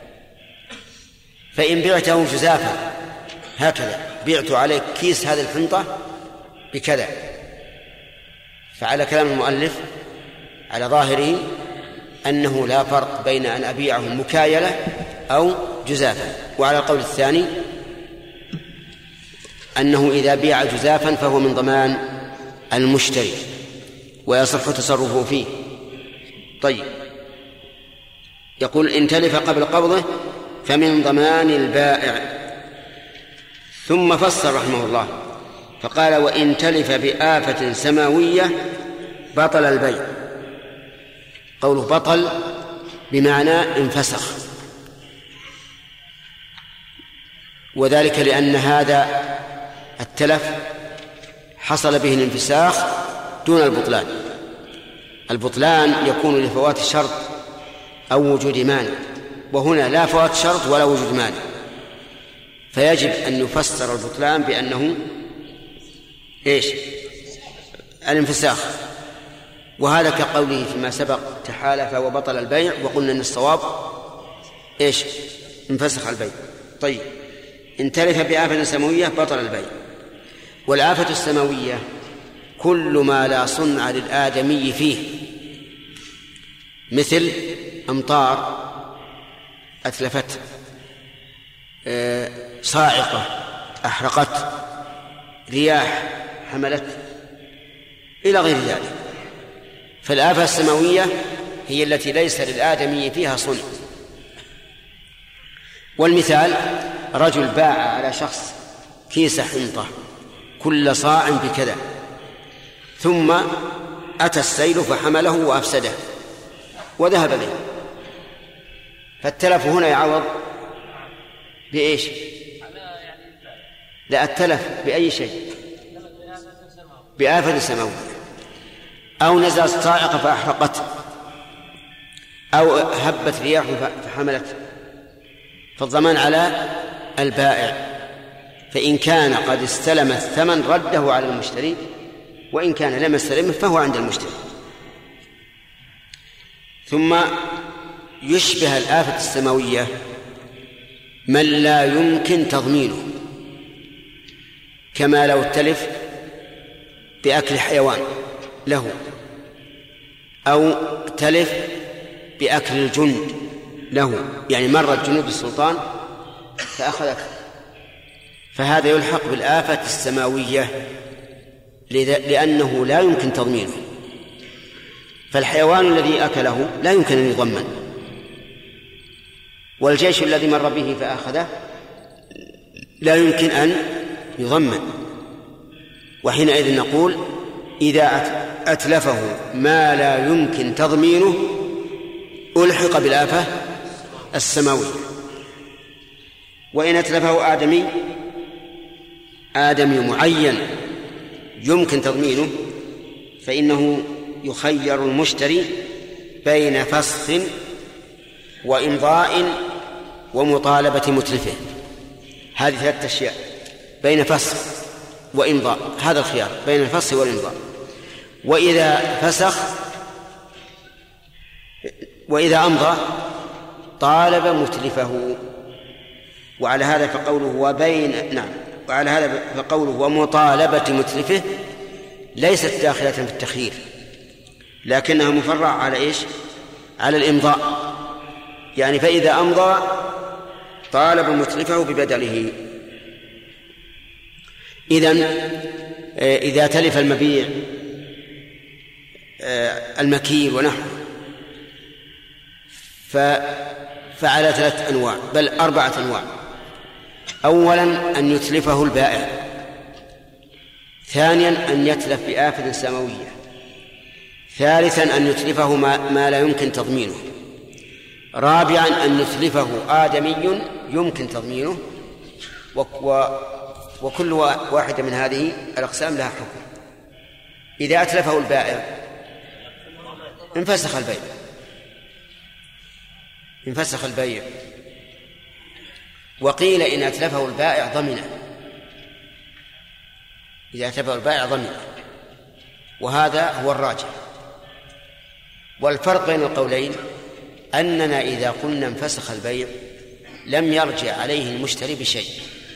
فإن بعته جزافا هكذا: بعت عليك كيس هذه الحنطة بكذا، فعلى كلام المؤلف على ظاهره أنه لا فرق بين أن أبيعه مكايلة أو جزافا. وعلى القول الثاني أنه إذا بيع جزافا فهو من ضمان المشتري ويصح تصرفه فيه. طيب، يقول: إن تلف قبل قبضه فمن ضمان البائع. ثم فسر رحمه الله فقال: وإن تلف بآفة سماوية بطل البيع. قوله بطل بمعنى انفسخ، وذلك لأن هذا التلف حصل به الانفساخ دون البطلان. البطلان يكون لفوات الشرط أو وجود مانع، وهنا لا فوات شرط ولا وجود مانع، فيجب أن يفسر البطلان بأنه إيش؟ الانفساخ. وهذا كقوله فيما سبق: تحالف وبطل البيع، وقلنا أن الصواب إيش؟ انفسخ البيع. طيب، إن تلف بآفة سماوية بطل البيع. والآفة السماوية كل ما لا صنع للآدمي فيه، مثل أمطار أتلفت، صاعقة أحرقت، رياح حملت، إلى غير ذلك. فالآفة السماوية هي التي ليس للآدمي فيها صنع. والمثال: رجل باع على شخص كيس حنطة كل صاع بكذا، ثم أتى السيل فحمله وأفسده وذهب به، فالتلف هنا يعوض بإيش؟ لا، التلف بأي شيء؟ بآفة سماوية، أو نزلت صاعقة فأحرقت، أو هبت رياح فحملت، فالضمان على البائع. فإن كان قد استلم الثمن رده على المشتري، وإن كان لم يستلمه فهو عند المشتري. ثم يشبه الآفة السماوية من لا يمكن تضمينه، كما لو تلف بأكل حيوان له، أو تلف بأكل الجند له، يعني مرت جنود السلطان فأخذته، فهذا يلحق بالآفة السماوية لأنه لا يمكن تضمينه. فالحيوان الذي أكله لا يمكن أن يضمن، والجيش الذي مر به فأخذه لا يمكن أن يضمن. وحينئذ نقول إذا أتلفه ما لا يمكن تضمينه ألحق بالآفة السماوية. وإن أتلفه آدمي آدمي معين يمكن تضمينه فإنه يخير المشتري بين فسخ وإمضاء ومطالبة متلفه. هذه ثلاثة أشياء: بين فسخ وإمضاء، هذا الخيار بين الفسخ والإمضاء. وإذا فسخ وإذا أمضى طالب متلفه. وعلى هذا فقوله وبين نعم وعلى هذا فقوله ومطالبة متلفه ليست داخلة في التخيير، لكنها مفرعة على إيش؟ على الإمضاء. يعني فإذا أمضى طالب متلفه ببدله. إذن إذا تلف المبيع المكيل ونحوه فعلى ثلاث أنواع بل أربعة أنواع: أولا أن يتلفه البائع، ثانيا أن يتلف بآفة سماوية، ثالثا أن يتلفه ما, ما لا يمكن تضمينه، رابعا أن يتلفه آدمي يمكن تضمينه. و وكل واحدة من هذه الأقسام لها حكم. إذا أتلفه البائع انفسخ البيع انفسخ البيع وقيل إن أتلفه البائع ضمنه. إذا أتلفه البائع ضمنه، وهذا هو الراجح. والفرق بين القولين أننا إذا قلنا انفسخ البيع لم يرجع عليه المشتري بشيء.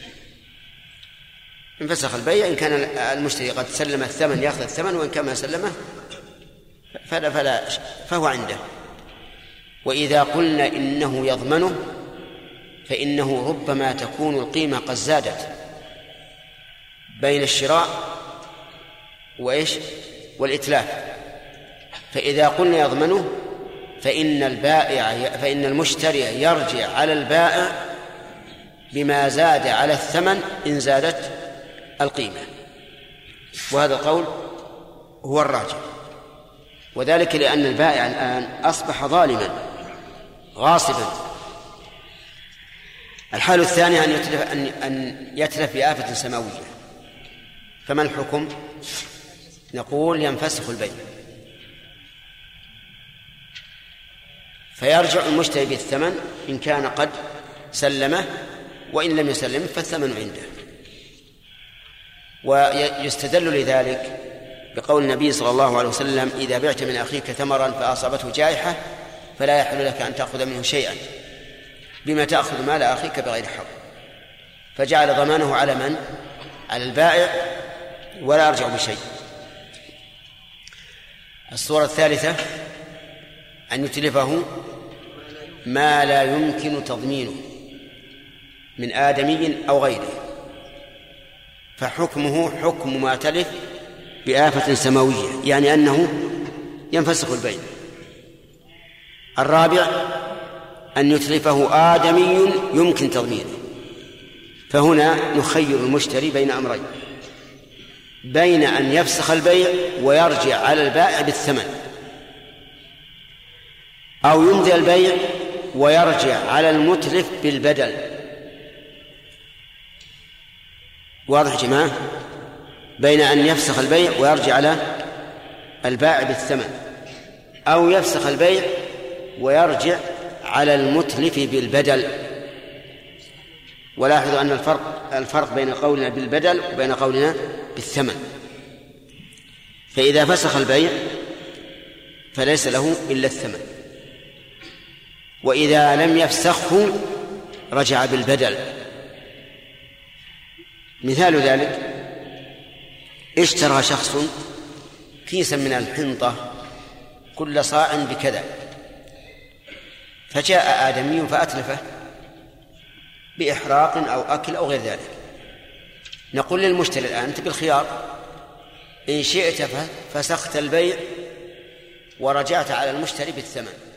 انفسخ البيع إن كان المشتري قد سلم الثمن يأخذ الثمن، وإن كان ما سلمه فلا فلا فهو عنده. وإذا قلنا إنه يضمنه فإنه ربما تكون القيمة قد زادت بين الشراء وإيش والإتلاف. فإذا قلنا يضمنه فإن البائع فإن المشتري يرجع على البائع بما زاد على الثمن إن زادت القيمة، وهذا القول هو الراجح. وذلك لأن البائع الآن أصبح ظالما غاصبا. الحال الثاني أن يتلف, أن يتلف بآفة سماوية. فما الحكم؟ نقول ينفسخ البيع، فيرجع المشتري بالثمن إن كان قد سلمه، وإن لم يسلمه فالثمن عنده. ويستدل لذلك بقول النبي صلى الله عليه وسلم: إذا بعت من أخيك ثمرا فأصابته جائحة فلا يحل لك أن تأخذ منه شيئا، بما تأخذ مال أخيك بغير حق. فجعل ضمانه على من؟ على البائع، ولا يرجع بشيء. الصورة الثالثة أن يتلفه ما لا يمكن تضمينه من آدمي أو غيره، فحكمه حكم ما تلف بآفة سماوية، يعني أنه ينفسخ البيع. الرابع أن يتلفه آدمي يمكن تضمينه، فهنا نخير المشتري بين أمرين: بين أن يفسخ البيع ويرجع على البائع بالثمن، أو يمضي البيع ويرجع على المتلف بالبدل. واضح يا جماعة؟ بين أن يفسخ البيع ويرجع على البائع بالثمن، أو يفسخ البيع ويرجع على المتلف بالبدل. ولاحظوا أن الفرق الفرق بين قولنا بالبدل وبين قولنا بالثمن. فإذا فسخ البيع فليس له إلا الثمن، وإذا لم يفسخه رجع بالبدل. مثال ذلك: اشترى شخص كيسا من الحنطة كل صاع بكذا، فجاء آدمي فأتلفه بإحراق أو أكل أو غير ذلك. نقول للمشتري الآن: أنت بالخيار، إن شئت فسخت البيع ورجعت على المشتري بالثمن،